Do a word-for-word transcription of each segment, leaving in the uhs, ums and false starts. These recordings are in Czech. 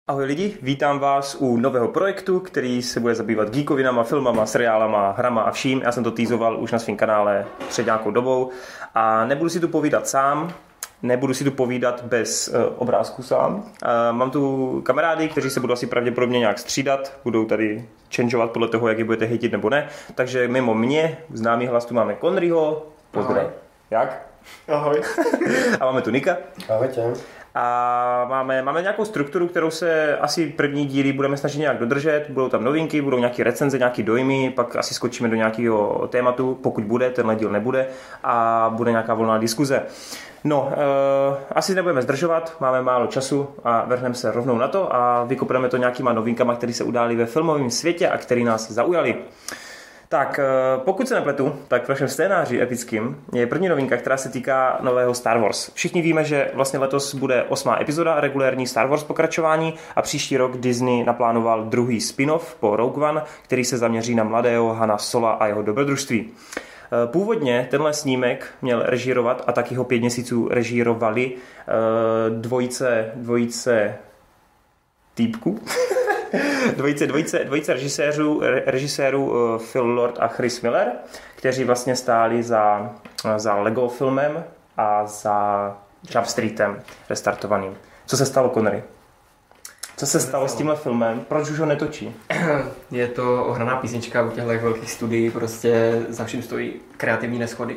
Ahoj lidi, vítám vás u nového projektu, který se bude zabývat geekovinama, filmama, seriálama, hrama a vším. Já jsem to teasoval už na svém kanále před nějakou dobou a nebudu si tu povídat sám, nebudu si tu povídat bez uh, obrázku sám. Uh, mám tu kamarády, kteří se budou asi pravděpodobně nějak střídat, budou tady changeovat podle toho, jak je budete hejtit nebo ne. Takže mimo mě, známý hlas, tu máme Konryho. Pozdrav. Ahoj. Jak? Ahoj. A máme tu Nika. Ahoj tě. A máme, máme nějakou strukturu, kterou se asi první díly budeme snažit nějak dodržet. Budou tam novinky, budou nějaké recenze, nějaké dojmy, pak asi skočíme do nějakého tématu, pokud bude, tenhle díl nebude, a bude nějaká volná diskuze. No, uh, asi nebudeme zdržovat, máme málo času a vrhneme se rovnou na to a vykopneme to nějakýma novinkama, které se udály ve filmovém světě a které nás zaujaly. Tak, pokud se nepletu, tak v našem scénáři epickým je první novinka, která se týká nového Star Wars. Všichni víme, že vlastně letos bude osmá epizoda, regulérní Star Wars pokračování, a příští rok Disney naplánoval druhý spin-off po Rogue One, který se zaměří na mladého Hana Sola a jeho dobrodružství. Původně tenhle snímek měl režírovat, a taky ho pět měsíců režírovali, dvojice, dvojice týpků. Dvojice, dvojice, dvojice režisérů, režisérů uh, Phil Lord a Chris Miller, kteří vlastně stáli za, za Lego filmem a za Jump Streetem restartovaným. Co se stalo, Connery? Co se stalo s tímhle filmem? Proč už ho netočí? Je to ohraná písnička u těchto velkých studií, prostě za vším stojí kreativní neschody.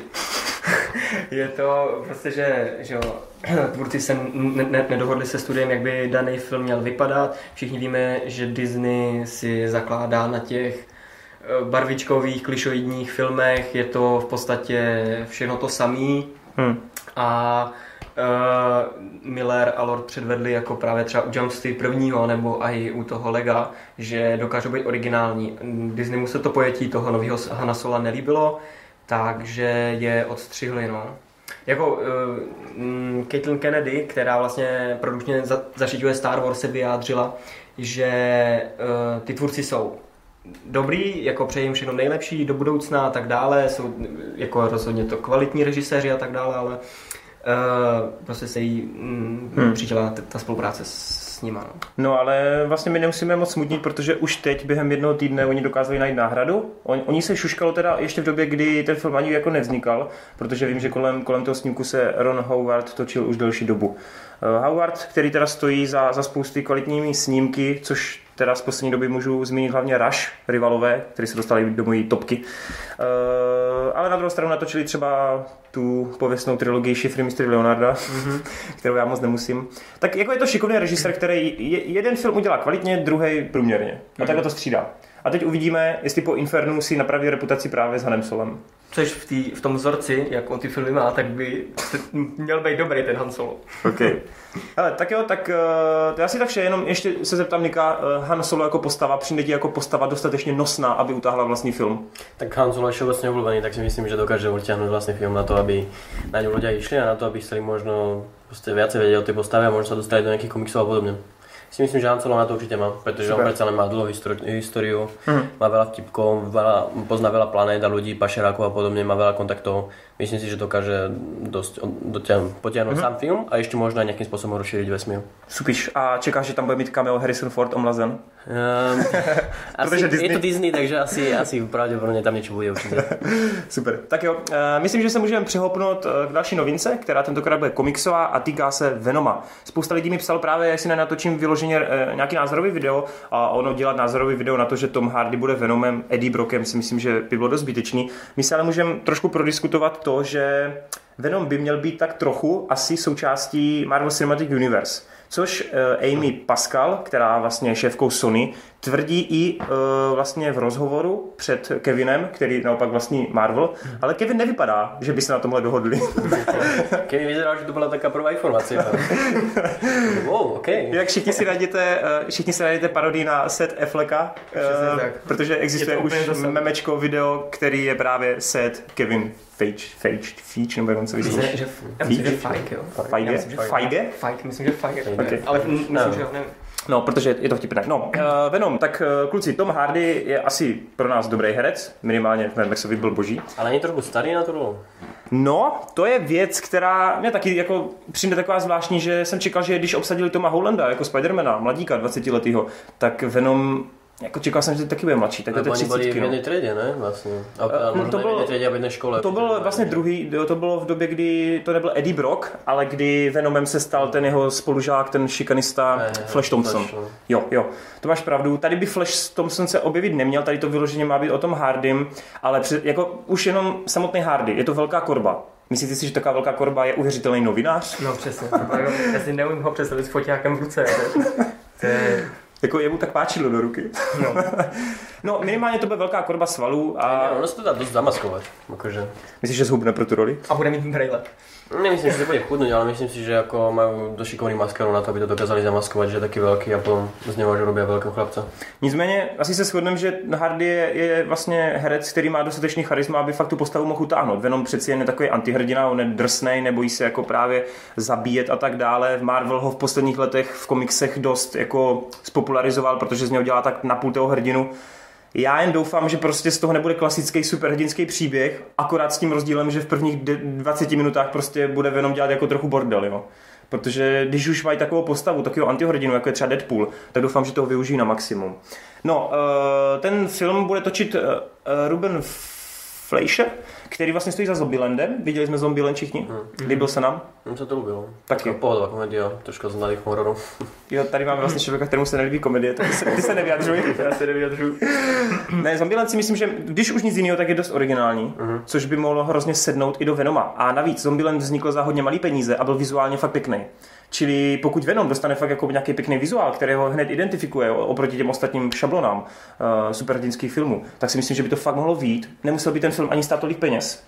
Je to prostě, že, že jo, tvůrci se ne, ne, nedohodli se studiem, jak by daný film měl vypadat. Všichni víme, že Disney si zakládá na těch barvičkových, klišoidních filmech. Je to v podstatě všechno to samý. Hmm. A uh, Miller a Lord předvedli jako právě třeba u Jump Street prvního nebo i u toho Lega, že dokážou být originální. Disneymu se to pojetí toho nového Hana Sola nelíbilo, takže je odstřihli, no. Jako uh, Kathleen Kennedy, která vlastně produkčně za, zaštiťuje Star Wars, se vyjádřila, že uh, ty tvůrci jsou dobrý, jako přeji jim všechno nejlepší do budoucna a tak dále, jsou jako rozhodně to kvalitní režiséři a tak dále, ale uh, prostě se jí mm, hmm. přijela t- ta spolupráce s nima. No. no ale vlastně my nemusíme moc smutnit, protože už teď během jednoho týdne oni dokázali najít náhradu. On, oni se šuškalo teda ještě v době, kdy ten film ani jako nevznikal, protože vím, že kolem, kolem toho snímku se Ron Howard točil už delší dobu. Uh, Howard, který teda stojí za, za spousty kvalitními snímky, což teda z poslední doby můžu zmínit hlavně Rush, rivalové, kteří se dostali do mojí topky. Uh, ale na druhou stranu natočili třeba tu pověstnou trilogii Šifry mistry Leonarda, mm-hmm. kterou já moc nemusím. Tak jako je to šikovný režisér, který je, jeden film udělá kvalitně, druhý průměrně. A mm-hmm. takhle to střídá. A teď uvidíme, jestli po Infernu si napraví reputaci právě s Hanem Solem. Což v, tý, v tom vzorci, jak on ty filmy má, tak by měl být dobrý ten Han Solo. Okay. Hele, tak jo, tak uh, to asi tak vše, jenom ještě se zeptám Nika, uh, Han Solo jako postava, přijde ti jako postava dostatečně nosná, aby utáhla vlastní film? Tak Han Solo je všeobecne obľúbený, tak si myslím, že dokáže utiahnuť vlastný film na to, aby na ňu ľudia išli a na to, aby chceli možno viacej vedieť o tej postave a možno sa dostali do nejakých komiksov a podobne. Si myslím, že Han Solo na to určite má, pretože Super. On predsa len má dlhú históriu, mm. má veľa vtipkov, veľa, pozná veľa planét a ľudí, pašerákov a podobne, má veľa kontaktov. Myslím si, že dokáže dosť potiahnuť mm-hmm. sám film a ešte možno aj nejakým spôsobom rozšíriť vesmír. Supíš. A čekáš, že tam bude mít cameo Harrison Ford omlazen? Um, asi, je to Disney, takže asi, asi pravděpodobně tam něco bude určitě. Super. Tak jo, uh, myslím, že se můžeme přihopnout k další novince, která tentokrát bude komiksová a týká se Venoma. Spousta lidí mi psal právě, jestli nenatočím vyloženě uh, nějaký názorový video, a ono dělat názorový video na to, že Tom Hardy bude Venomem, Eddie Brockem, si myslím, že by bylo dost zbytečný. My se ale můžeme trošku prodiskutovat to, že Venom by měl být tak trochu asi součástí Marvel Cinematic Universe. Což uh, Amy Pascal, která vlastně je šéfkou Sony, tvrdí i uh, vlastně v rozhovoru před Kevinem, který naopak vlastní Marvel, ale Kevin nevypadá, že by se na tomhle dohodli. Kevin vyzeral, že to byla taká prvá informace. Wow, okay. Jak všichni si najdete, uh, všichni si najdete parodii na Seth Afflecka, uh, protože existuje už memečko video, který je právě Seth Kevin Feige, Feige, Feige, nebo jak se vysvětlí? Já myslím, že Feige, jo. Feige? Feige? Feige, myslím, že Feige. Okay. Ale myslím, no. že nevím. No, protože je to vtipné. No, uh, Venom, tak uh, kluci, Tom Hardy je asi pro nás dobrý herec, minimálně v Mad Maxovi byl boží. Ale není trošku starý na tu rolu? No, to je věc, která mě taky jako přijde taková zvláštní, že jsem čekal, že když obsadili Toma Hollanda jako Spidermana, mladíka dvacetiletýho, tak Venom, jako čekal jsem, že taky bude mladší, tak to je třicítky. Oni byli v jedné třídě, ne? Vlastně. A, a možná v jedné třídě a v jedné škole. To byl vlastně druhý, to bylo v době, kdy to nebyl Eddie Brock, ale kdy Venomem se stal ten jeho spolužák, ten šikanista ne, Flash Thompson. Flash, no. Jo, jo, to máš pravdu. Tady by Flash Thompson se objevit neměl, tady to vyloženě má být o tom Hardym, ale před, jako už jenom samotný Hardy, je to velká korba. Myslíte si, že taková velká korba je uvěřitelný novinář? No přesně, já si neumím ho představit s foťákem v ruce. To je... Jako jemu tak páčilo do ruky. No, no minimálně to bude velká korba svalů a... Ono se to dá dost zamaskovat. Akože. Myslíš, že zhubne pro tu roli? A bude mít brejle. Nemyslím, že to bude chudnúť, ale myslím si, že ako majú do šikovných maskerov na to, aby to dokázali zamaskovať, že je taký veľký a potom z něho že robia veľkého chlapca. Nicméně asi se shodneme, že Hardy je, je vlastně herec, který má dostatečný charisma, aby fakt tu postavu mohl utáhnout. Venom přeci jen je takový antihrdina, on je drsnej, nebojí se jako právě zabíjet a tak dále. Marvel ho v posledních letech v komiksech dost jako spopularizoval, protože z něho dělá tak napůl toho hrdinu. Já jen doufám, že prostě z toho nebude klasický superhrdinský příběh, akorát s tím rozdílem, že v prvních dvaceti minutách prostě bude Venom dělat jako trochu bordel, jo. Protože když už mají takovou postavu, takového antihrdinu, jako je třeba Deadpool, tak doufám, že toho využijí na maximum. No, ten film bude točit Ruben Fleischer, který vlastně stojí za Zombielandem. Viděli jsme Zombieland všichni? Mm. Líbil se nám? Mně se to líbilo. Taky. Pohodová komedia, trošku z mladých hororů. Jo, tady máme vlastně člověka, kterému se nelíbí komedie, tak ty se, ty se nevyjadřuj. Já se nevyjadřuji. Ne, Zombieland si myslím, že když už nic jiného, tak je dost originální, mm-hmm. což by mohlo hrozně sednout i do Venoma. A navíc Zombieland vznikl za hodně malý peníze a byl vizuálně fakt pěkný. Čili pokud Venom dostane fakt jako nějaký pěkný vizuál, který ho hned identifikuje oproti těm ostatním šablonám uh, superhrdinských filmů, tak si myslím, že by to fakt mohlo vyjít. Nemusel by ten film ani stát tolik peněz.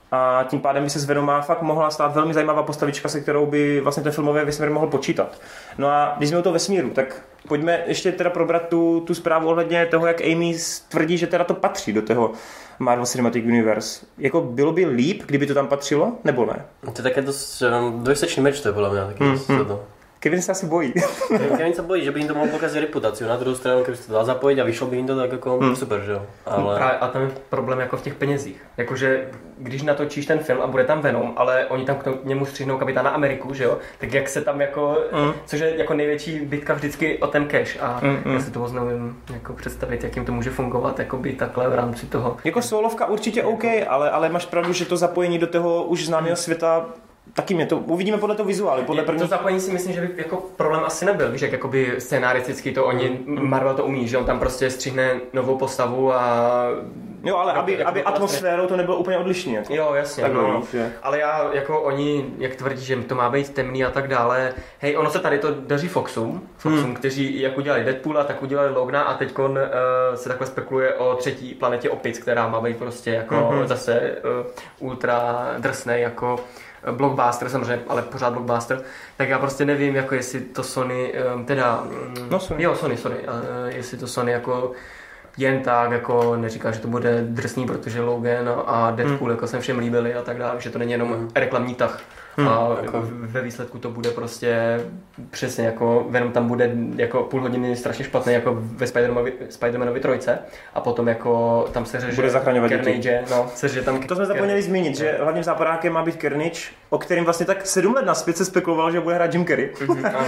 A tím pádem by se z Venoma fakt mohla stát velmi zajímavá postavička, se kterou by vlastně ten filmový vesmír mohl počítat. No a když jsme u toho vesmíru, tak pojďme ještě teda probrat tu, tu zprávu ohledně toho, jak Amy tvrdí, že teda to patří do toho Marvel Cinematic Universe. Jako bylo by líp, kdyby to tam patřilo, nebo ne? To je také dost dvojsečný meč, to je podle mě. Taky mm, mm. To. Kevin se asi bojí. Kevin se bojí, že by jim to mohlo pokazit reputaci. Na druhou stranu, kdyby se to dal zapojit a vyšlo by jim to tak jako hmm. super, že jo. Ale... A tam je problém jako v těch penězích. Jakože když natočíš ten film a bude tam Venom, ale oni tam k němu střihnou Kapitána Ameriku, že jo, tak jak se tam jako, hmm. což je jako největší bitka vždycky o ten cash a hmm. já si toho znovu jako představit, jak jim to může fungovat jako by takhle v rámci toho. Jako solovka určitě OK, ale, ale máš pravdu, že to zapojení do toho už známého světa taky mě to, uvidíme podle toho vizuálu, podle první... To zapojení si myslím, že by jako problém asi nebyl, víš, jak jakoby scénaristicky to oni, mm. Marvel to umí, že on tam prostě střihne novou postavu a... Jo, ale aby, jako aby atmosférou to nebylo úplně odlišný. Jako. Jo, jasně, tak no, no. Ale já, jako oni, jak tvrdí, že to má být temný a tak dále, hej, ono se tady to daří Foxům, Foxům, hmm. kteří jak udělali Deadpoola, tak udělali Logana a teďkon uh, se takhle spekuluje o třetí planetě opic, která má být prostě jako hmm. zase uh, ultra drsnej, jako blockbuster samozřejmě, ale pořád blockbuster, tak já prostě nevím, jako jestli to Sony, teda, no, Sony. jo, Sony, sorry, jestli to Sony jako jen tak, jako neříká, že to bude drsný, protože Logan a Deadpool hmm. jako se všem líbili a tak dále, že to není jenom hmm. reklamní tah. Hmm. A jako ve výsledku to bude prostě přesně jako Venom tam bude jako půl hodiny strašně špatný jako ve Spider-Manovi, Spider-Manovi trojce a potom jako tam se řeže bude zachraňovat Carnage, no, se řeže tam to jsme zapomněli zmínit, že hlavním záporákem má být Carnage, o kterým vlastně tak sedm let naspět se spekuloval, že bude hrát Jim Carrey. Mm-hmm, ano.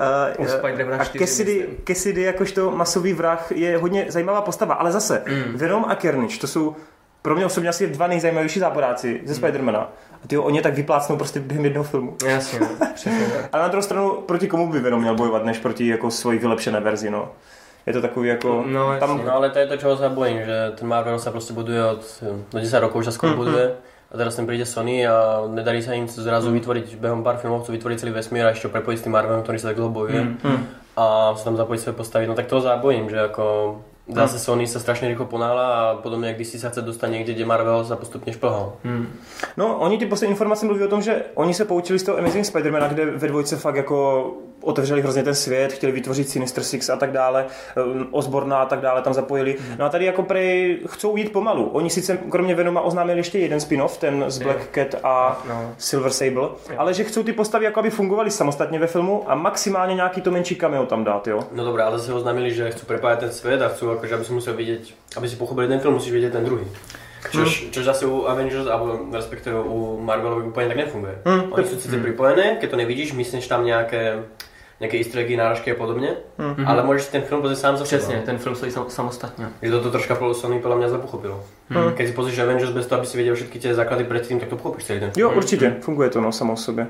uh, a Cassidy, Cassidy jakožto masový vrah je hodně zajímavá postava, ale zase mm. Venom a Carnage to jsou pro mě osobně asi dva nejzajímavější záporáci ze Spidermana. A ty oni tak vyplácnou prostě během jednoho filmu. Jasně, přesně. Ale na druhou stranu, proti komu by Venom měl bojovat, než proti jako svojí vylepšené verzi, no. Je to takový jako... No, tam... no ale to je to, čeho sa bojím, že ten Marvel sa prostě buduje od do desať rokov, už sa skoro mm-hmm. buduje. A teraz sem príde Sony a nedarí sa im zrazu vytvoriť, behom pár filmov chcú vytvoriť celý vesmír a ešte prepojiť s tým Marvelom, ktorý sa tak dlho bojuje. Mm-hmm. A sa tam zapojiť svoje postavy, no tak toho zábojím, že ako... Zase Sony sa strašne rýchlo ponáhla a podobne, jak D C sa chce dostať niekde, kde Marvel sa postupne šplhal. Hmm. No, oni ty poslední informace mluví o tom, že oni se poučili z toho Amazing Spider-Mana, kde ve dvojce fakt jako otevřeli hrozně ten svět, chtěli vytvořit Sinister Six a tak dále, Osborna a tak dále tam zapojili. No a tady jako prej chcou jít pomalu. Oni sice kromě Venoma oznámili ještě jeden spin-off, ten z Black Cat a no. Silver Sable, jo. Ale že chcou ty postavy jako aby fungovaly samostatně ve filmu a maximálně nějaký to menší cameo tam dát, jo. No dobré, ale zase oznámili, že chcú prepájať ten svět a chcú akože, aby si musel vidieť, aby si pochopil ten film, musíš vidieť ten druhý. Čož, hmm. čož zase u Avengers, alebo respektíve u Marvelových úplně tak nefunguje. Hmm. Oni sú sice pripojené, keď to nevidíš, myslíš tam nějaké nějaké easter eggy, náražky a podobně, hmm. ale můžeš si ten film pozrieť sám za seba. Přesně, ten film stojí sam, samostatně. Že toto troška Sony podľa mňa zapochopilo. Hmm. Keď si pozrieš Avengers bez toho, aby si věděl všetky tie základy předtím, tak to pochopíš celý ten film. Jo, určitě, funguje to no, samo o sobě.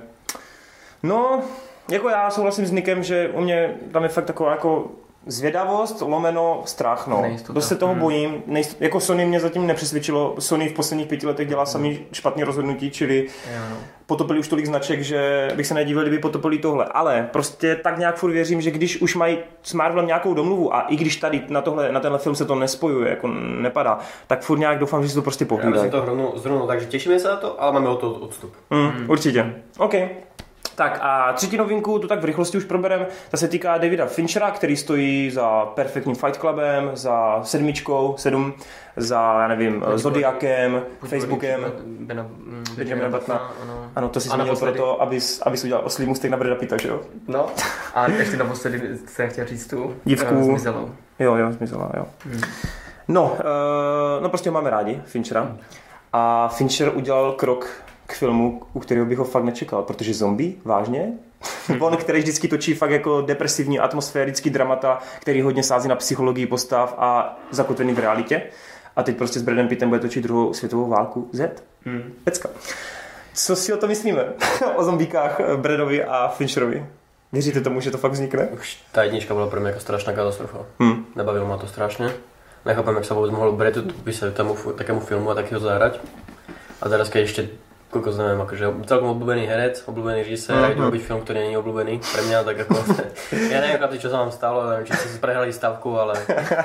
No, jako já souhlasím s Nikem, že u mě tam je fakt taková jako zvědavost, lomeno, strach, no. Dost se toho hmm. bojím. Nejist... Jako Sony mě zatím nepřesvědčilo. Sony v posledních pěti letech dělá sami špatné rozhodnutí, čili no. potopili už tolik značek, že bych se nedivil, kdyby potopili tohle. Ale prostě tak nějak furt věřím, že když už mají s Marvelem nějakou domluvu a i když tady na, tohle, na tenhle film se to nespojuje, jako nepadá, tak furt nějak doufám, že si to prostě pohlídají. Já si to hrnu, zrovna, takže těšíme se na to, ale máme o to odstup. Hmm, hmm. Určitě. OK. Tak a třetí novinku, tu tak v rychlosti už proberem, ta se týká Davida Finchera, který stojí za perfektním Fight Clubem, za sedmičkou, sedm, za, já nevím, Zodiakem, Facebookem, Benjamina Buttona. Ano, to si zmínil proto, abys, abys udělal oslý můstek na Brada Pitta, že jo? No, a ještě naposledy jsem chtěl říct tu dívku. Uh, zmizelou. Jo, jo, zmizelá, jo. Hmm. No, uh, no prostě ho máme rádi, Finchera. A Fincher udělal krok k filmu, u kterého bych ho fakt nečekal, protože zombie, vážně? On, který vždycky točí fakt jako depresivní, atmosférický dramata, který hodně sází na psychologii postav a zakotvený v realitě. A teď prostě s Bradem Pittem bude točit druhou světovou válku Z. Hmm. Pecka. Co si o to myslíme? O zombíkách Bradovi a Fincherovi? Věříte tomu, že to fakt vznikne? Už ta jednička byla pro mě jako strašná katastrofa. Hmm. Nebavilo ma to strašně. Nechápem, jak sa vôbec mohlo Brad písať takému filmu a takého zahrať. A teraz keď ešte koľko neviem, akože celkom obľúbený herec, obľúbený režisér, mm-hmm. aj robiť film, ktorý není obľúbený pre mňa, tak ako ja neviem, chlapi, čo sa vám stalo, neviem, či ste si prehrali stavku, ale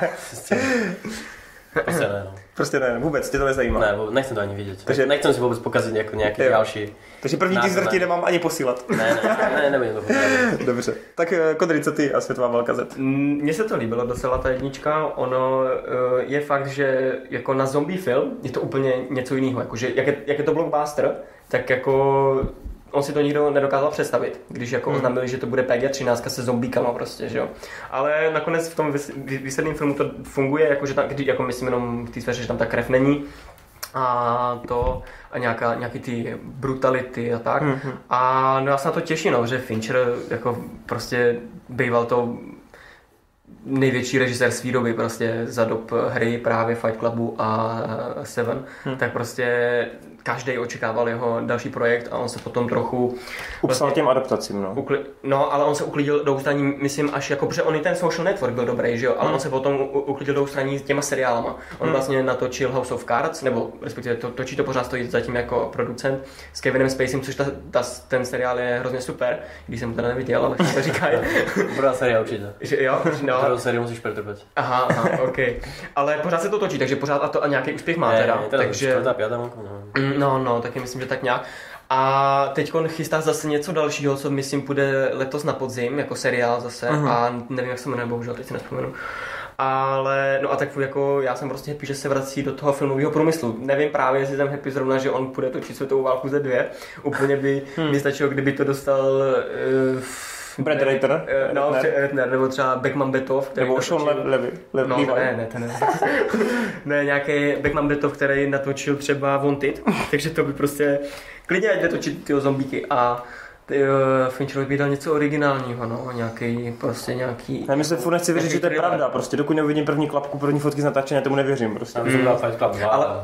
prostě ne, no. Prostě ne, vůbec, tě to nezajímá. Ne, nechcem to ani vidět. Takže nechcem si vůbec pokazit jako nějaký další. Takže první ty zvrti nemám ani posílat. Ne, ne, ne, nebudem to pokazit. Dobře. Tak Kodry, co ty a Světová válka Z? Mně se to líbilo docela ta jednička. Ono je fakt, že jako na zombie film je to úplně něco jiného. Jakože, jak, je, jak je to blockbuster, tak jako on si to nikdo nedokázal představit, když jako hmm. oznámili, že to bude P G třináct se zombíkama prostě, že jo. Ale nakonec v tom výsledném filmu to funguje, jako, že tam, jako myslím jenom v té sféře, že tam ta krev není a to a nějaká, nějaký ty brutality a tak. Hmm. A no já se na to těším, no, že Fincher jako prostě býval to největší režisér svý doby prostě za dob hry právě Fight Clubu a Seven, hmm. tak prostě každý očekával jeho další projekt a on se potom trochu upsal vlastně, těm adaptacím, no. Ukli, no, ale on se uklidil do ústraní, myslím, až jako, protože on i ten Social Network byl dobrý, že jo, ale hmm. on se potom uklidil do ústraní s těma seriálama. On hmm. vlastně natočil House of Cards, nebo respektive to, točí to pořád, stojí zatím jako producent s Kevinem Spacem, což ta, ta, ten seriál je hrozně super, když jsem to neviděl, ale všichni to říkají. Dobrá seriál určitě. Že jo, no. Prvou seriál musíš pretrpět. Aha, aha, ok. Ale pořád se to točí, takže pořád a to a nějaký úspěch má ne, teda. Ne, teda takže čtvrtá, pětá, no. No, no, taky myslím, že tak nějak. A teďkon chystá zase něco dalšího, co myslím půjde letos na podzim, jako seriál zase uh-huh. a nevím, jak se jmenuje, bohužel, teď si nevzpomenu. Ale, no a tak jako já jsem prostě happy, že se vrací do toho filmového průmyslu. Nevím právě, jestli jsem happy zrovna, že on půjde točit Světovou válku ze dvě. Úplně by hmm. mi stačilo, kdyby to dostal uh, Brad Ratner? Uh, no, Ratner, nebo třeba Beckman Betov. Nebo Sean Levy. Le- no, ne, ne, ten ne. Ne, nějaký Beckman Betov, který natočil třeba Wanted, takže to by prostě klidně ať jde točit tyho zombíky a Fincherovi by dal něco originálního, no, nějaký, prostě nějaký... Já myslím, furt nechci věřit, že to je pravda, prostě dokud neuvidím první klapku, první fotky z natáčení, tomu nevěřím, prostě. Já jsem dal Fight Club dva, ale...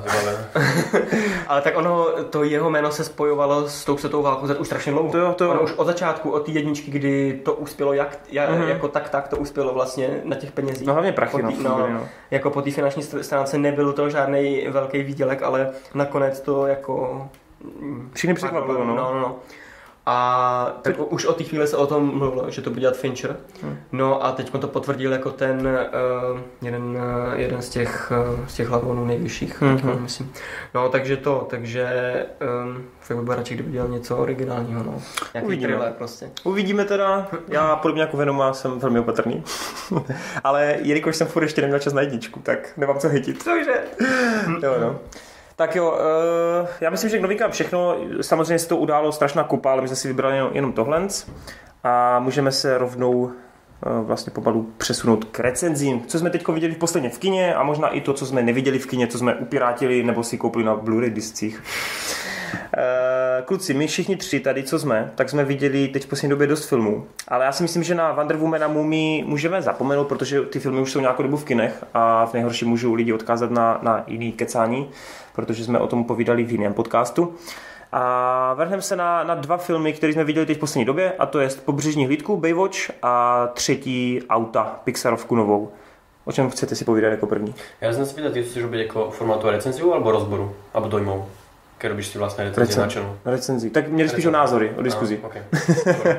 ale tak ono, to jeho jméno se spojovalo s tou Světovou válkou Z už strašně dlouho. To jo, to jo. Ono už od začátku, od té jedničky, kdy to uspělo jak, jak mm-hmm. jako tak, tak to uspělo vlastně na těch penězích. No hlavně prachy, tý, no, no, no. Jako po té finanční stránce nebyl to žádný velký výdělek, ale nakonec to jako... Všichni překvapilo, no. no, no, no. A tak teď... už od té chvíle se o tom mluvilo, že to bude dělat Fincher. Hmm. No a teď to potvrdil jako ten uh, jeden, uh, jeden z těch, uh, z těch hlavonů nejvyšších, hmm. teď, myslím. No takže to, takže um, fakt bych byl radši, kdyby dělal něco originálního, no. Nějaký Uvidíme. thriller prostě. Uvidíme teda, já podobně jako Venoma jsem velmi opatrný. Ale jelikož jsem furt ještě neměl čas na jedničku, tak nemám co hytit. Cože? Jo, no. Tak jo, uh, já myslím, že k novinkám všechno, samozřejmě se to událo strašná kupa, ale my jsme si vybrali jenom, jenom tohle a můžeme se rovnou uh, vlastně pomalu přesunout k recenzím, co jsme teď viděli v posledně v kině a možná i to, co jsme neviděli v kině, co jsme upirátili nebo si koupili na Blu-ray discích. Uh, kluci, my všichni tři tady, co jsme, tak jsme viděli teď v poslední době dost filmů, ale já si myslím, že na Wonder Woman a Mumii můžeme zapomenout, protože ty filmy už jsou nějakou dobu v kinech a v nejhorším můžou lidi odkázat na, na jiný kecání, protože jsme o tom povídali v jiném podcastu. A vrhneme se na, na dva filmy, které jsme viděli teď v poslední době, a to je Pobřežní hlídku, Baywatch a třetí Auta, Pixarovku novou. O čem chcete si povídat jako první? Já jsem si pýtal, ty chceš robiť jako formátu recenziu alebo rozboru, alebo dojmov? Keď robíš si vlastne recenzi Recen- na čelu. Recenzi. Tak měli spíš o názory, o diskuzi. No, okay. uh,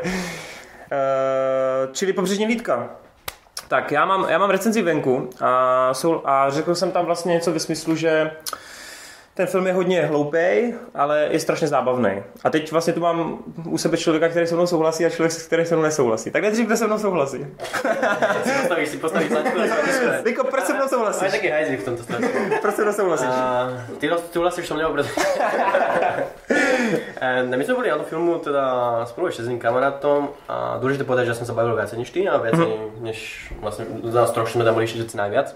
čili Pobřežní hlídka. Tak já mám, já mám recenzi venku a, jsou, a řekl jsem tam vlastně něco ve smyslu, že ten film je hodně hloupej, ale je strašně zábavný. A teď vlastně tu mám u sebe člověka, který se mnou souhlasí a člověk, který se mnou nesouhlasí. Tak nejdřív, kdo se mnou souhlasí. Si postavíš, si postavíš tlačku. Vyko, proč se mnou souhlasíš? Máš taky hajzlík v tomto státě. Proč se mnou souhlasíš? A ty, ty vlastíš som mňa preto. My sme boli na tom filmu teda spolu ešte s jedným kamarátom a dôležité povedať, že som sa bavil viacej než ty a viacej mm. než vlastne z nás trochu sme tam boli ešte najviac.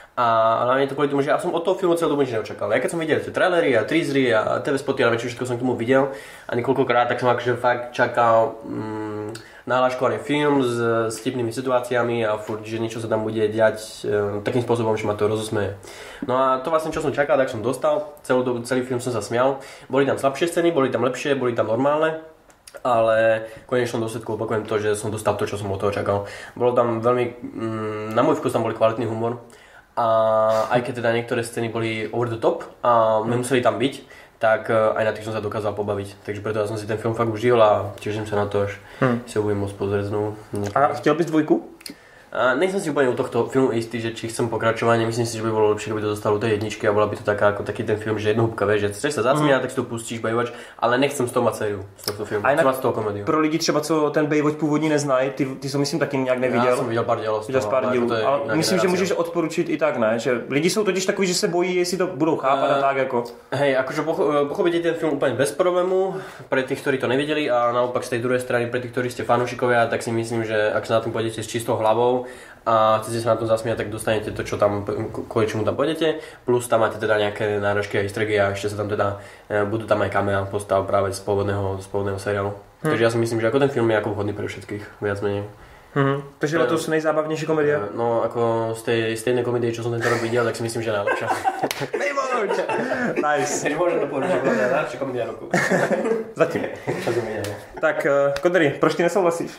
A hlavne to kvôli tomu, že ja som od toho filmu celú dobu nič neočakal. Ja keď som videl tie trailery a teasery a té vé spoty, ale väčšinu všetko som k tomu videl a niekoľkokrát, tak som akože fakt čakal mm, naláškovaný film s, s tipnými situáciami a furt, že niečo sa tam bude diať e, takým spôsobom, že ma to rozosmeje. No a to vlastne čo som čakal, tak som dostal. Celú dobu, celý film som sa smial. Boli tam slabšie scény, boli tam lepšie, boli tam normálne. Ale v konečnom dôsledku opakujem to, že som dostal to, čo som od toho čakal. Bolo tam veľmi, mm, na môj vkus tam boli kvalitný humor. A aj keď teda niektoré scény boli over the top a nemuseli tam byť, tak aj na tých som sa dokázal pobaviť. Takže preto ja som si ten film fakt užil a teším sa na to, až hmm. si ho budem môcť pozrieť znovu. A chtěl bys dvojku? A nejsem si úplne u tohto filmu istý, že či chcem pokračovanie, myslím si, že by bolo lepšie, keby to dostalo do tej jedničky a bola by to taká ako taký ten film, že jednohúbka, vieš, že chceš sa zasmiať, mm. tak si to pustíš Baywatch, ale nechcem z toho mať sériu, z tohto filmu, chcem mať z toho komediu. Pro lidi třeba, co ten Baywatch původní neznají, ty, ty jsi myslím taky nějak neviděl. Já jsem viděl pár dělů z toho, pár dílů, ale, ale myslím, že můžeš odporučit i tak, ne? Že lidi jsou totiž takový, že se bojí, jestli to budou chápat uh, a tak jako. Hej, akože pochopíte ten film úplne bez problému, pre tých, ktorí to nevideli a naopak z tej druhej strany pre tých, ktorí ste fanúšikovia, tak si myslím, že ak sa na tým pôjdete s čistou hlavou a chcete sa na tom zasmiať, tak dostanete to, čo tam, kvôli čomu tam pôjdete, plus tam máte teda nejaké náročky a easter eggy a ešte sa tam teda, budú tam aj kamea postav práve z pôvodného, z pôvodného seriálu. Hmm. Takže ja si myslím, že ako ten film je ako vhodný pre všetkých, viac menej. Hmm. Takže letos nejzábavnější komedie? No, ako z tej, z tej jednej komedie, čo som tento rok videl, tak si myslím, že najlepšia. Baywatch! Nice. Môžem doporučiť, že je najlepšia komedia roku. Zatím. Tak, Kodry, proč ty nesouhlasíš?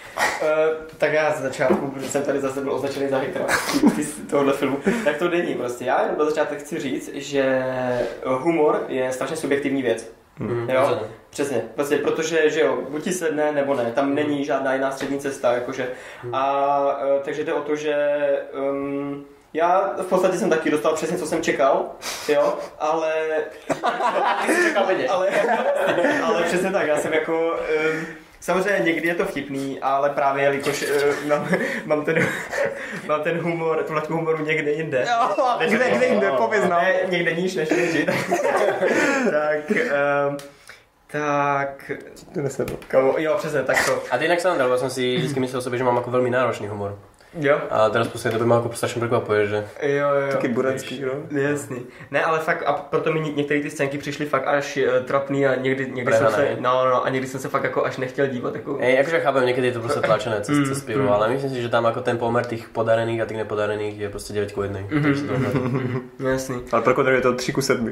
Uh, tak já z začátku, protože jsem tady zase byl označený za hejtera tohohle filmu, tak to není prostě. Já jenom na začátek chci říct, že humor je strašně subjektivní věc. Mm, jo, přesně. přesně. Prostě protože, že jo, buď ti sedne nebo ne, tam není žádná jiná střední cesta, jakože. Mm. A uh, takže jde o to, že um, já v podstatě jsem taky dostal přesně, co jsem čekal, jo, ale... Ty jsi čekal méně. ale, ale přesně tak, já jsem jako... Um, Samozřejmě někdy je to vtipný, ale právě jelikož uh, mám, mám, ten, mám ten humor, tu laťku humoru někde jinde. Jo, než kde, kde jinde, pověz nám. Ne, někde níž než neži. tak, um, tak... Ty nesedl. Jo, přesně, tak to. A ty jinak sa nám dal, som si vždycky myslel o sebe, že mám ako veľmi náročný humor. Jo. A teraz posledně době má jako strašně překvapuje, že... Jo, jo. Taky buranský, jo. Jasný. Ne, ale fakt, a proto mi některé ty scénky přišly fakt až uh, trapný a někdy, někdy jsem se, no, no, a někdy jsem se fakt jako až nechtěl dívat. Jako... Ej, akože chápem, někdy je to prostě tlačené cez, cez pilu, mm. ale myslím si, že tam jako ten pomer těch podarených a těch nepodarených je prostě devět ku jednej. Mm-hmm. Jasný. Ale pro Kodry je to tři ku sedmi.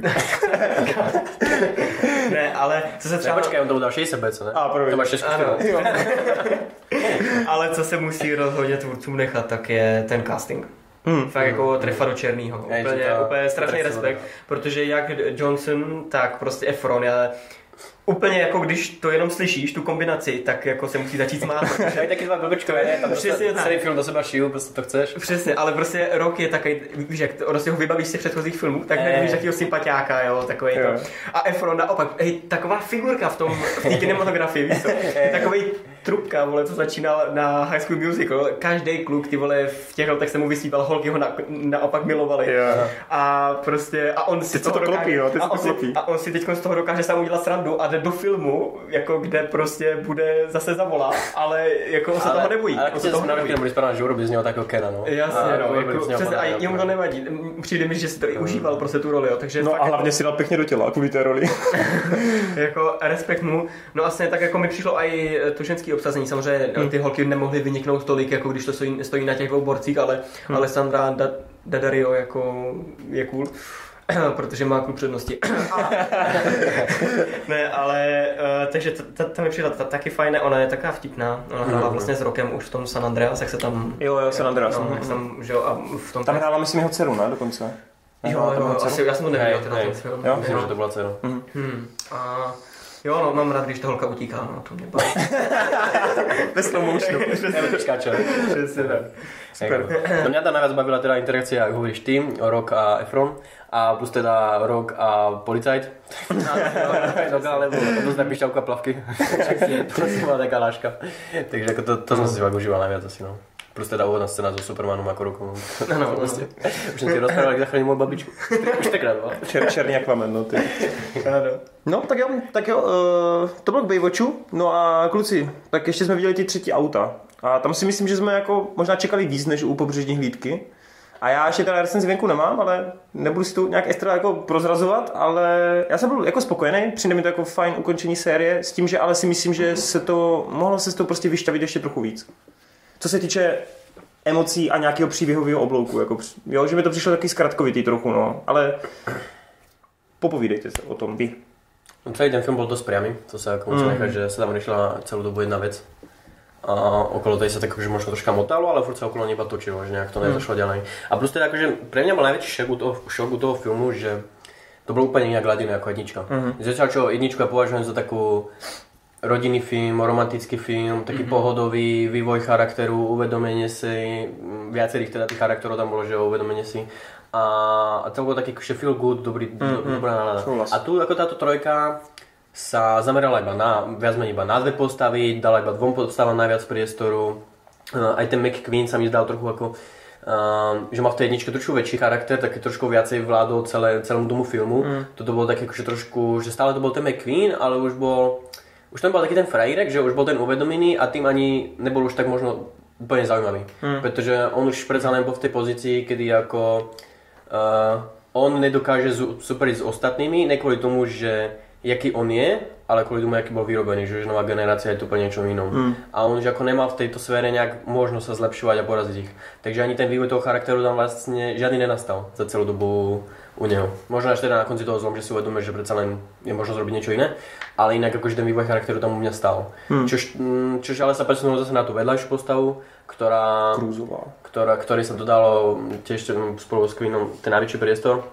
Ne, ale co se třeba... Ne, počkej, on to dal šedesát bé, co ne? A, to máš šest ku Ale co se musí rozhodně tvůrcům nechat, tak je ten casting. Hmm. Fakt jako trefa do černýho. Úplně, úplně strašný respekt, protože jak Johnson, tak prostě Efron, já úplně jako když to jenom slyšíš, tu kombinaci, tak jako se musí začít smát. Je taky dva blbečkové, ne? Tam Přesně tak. Celý film do sebe šiju, prostě to chceš. Přesně, ale prostě Rock je takový, víš jak, ono si ho vybavíš z těch předchozích filmů, tak hned víš takovýho sympatiáka, jo, takový to. A Efron naopak, hej, taková figurka v tom, v té kinematografii, víš co, takovej trubka, vole, co začínal na High School Musical, každý kluk, ty vole, v těch letech se mu vysíval, holky ho na, naopak milovali. Yeah. A prostě, a on si to toho klopí, jo, a, on si, a on si teď z toho dokáže sám udělat srandu a jde do filmu, jako kde prostě bude zase zavolat, ale jako on se toho nebojí. Ale když jsme na film byli správně, že urobí z něho takového Kena, no. Jasně, no, jako, přesně, a jemu to nevadí. Přijde mi, že si to i užíval prostě tu roli, jo, takže no fakt a hlavně jako, si dal pěkně do těla kvůli té roli. jako respekt mu. No vlastně tak jako mi přišlo i to ženský obsazení, samozřejmě hmm. ty holky nemohly vyniknout tolik, jako když to stojí, stojí na těch dvou borcích, ale hmm. Alessandra da, Daddario jako je cool. Protože má klub přednosti. Ne, ale uh, takže ta mi přišla taky fajné, ona je taková vtipná. Ona hrála vlastně s Rockem už v tom San Andreas, jak se tam... Jo, jo, San Andreas. No, jak tam, že jo, a v tom... Tam hrála, myslím, jeho dceru, ne, dokonce. Jo, jo, asi, já jsem to nevěděl, teda ten film. Jo, myslím, že to byla dcera. Hmm. A jo, no, mám rád, když ta holka utíká, no, to mě baví. Ve slow motionu. Skáče. Přesně tak. Super. No mňa tam najviac bavila teda interakcia, ako hovoríš ty, Rock a Efron. A plus teda Rock a policajt. No, alebo dosť na pišťalku a plavky. To si bola taká láška. Takže ako to, to som si fakt užíval najviac asi, no. Plus teda úvodná scéna so Supermanom ako Rockom. No, no, vlastne. Už som si rozprával, jak zachránil moju babičku. Už takrát, no. Čer, černý akvamen, no ty. No, tak jo, tak jo, uh, to bylo k Baywatchu. No a kluci, tak ještě jsme viděli ty třetí auta. A tam si myslím, že jsme jako možná čekali víc než u Pobřežní hlídky. A já ještě teda recenzi venku nemám, ale nebudu si to nějak extra jako prozrazovat, ale já jsem byl jako spokojený, přijde mi to jako fajn ukončení série, s tím, že ale si myslím, že se to, mohlo se z toho prostě vyšťavit ještě trochu víc. Co se týče emocí a nějakého příběhového oblouku, jako, jo, že mi to přišlo taky zkratkovitý trochu, no, ale popovídejte se o tom vy. Celý ten film bol dosť priamy, to sa ako musím mm. nechať, že sa tam riešila celú dobu jedna vec. A okolo tej sa tak akože možno troška motalo, ale furt sa okolo neba točilo, že nejak to mm. nezašlo ďalej. A plus teda akože pre mňa bol najväčší šok u toho, šok u toho filmu, že to bolo úplne inak ladené ako jednička. Mm. Zatiaľ čo jedničku ja považujem za takú rodinný film, romantický film, taký mm-hmm. pohodový vývoj charakteru, uvedomenie si, viacerých teda tých charakterov tam bolo, že uvedomenie si. A, a to bolo taký feel good, dobrý, mm-hmm. dobrá nálada. A tu ako táto trojka sa zamerala iba na, viac menej iba na dve postavy, dala iba dvom postavám najviac priestoru. Uh, aj ten McQueen sa mi zdal trochu ako, uh, že má v tej jedničke trošku väčší charakter, taký trošku viacej vládol celé, celému tomu filmu. Mm. Toto bolo také akože trošku, že stále to bol ten McQueen, ale už bol, už tam bol taký ten frajírek, že už bol ten uvedomený a tým ani nebol už tak možno úplne zaujímavý. Mm. Pretože on už predsa len bol v tej pozícii, kedy ako uh, on nedokáže superiť s ostatnými, ne kvôli tomu, že jaký on je, ale kvôli tomu, aký bol vyrobený, že už nová generácia je tu úplne niečo inom. Mm. A on už ako nemal v tejto sfére nejak možnosť sa zlepšovať a poraziť ich. Takže ani ten vývoj toho charakteru tam vlastne žiadny nenastal za celú dobu u neho. Možno až teda na konci toho zlom, že si uvedomíš, že predsa len je možno zrobiť niečo iné, ale inak akože ten vývoj charakteru tam u mňa stal. Mm. Čož, čož ale sa presunulo zase na tú vedľajšiu postavu, ktorá, ktorá, ktorej sa dodalo tiež spolu s Queenom ten najväčší priestor.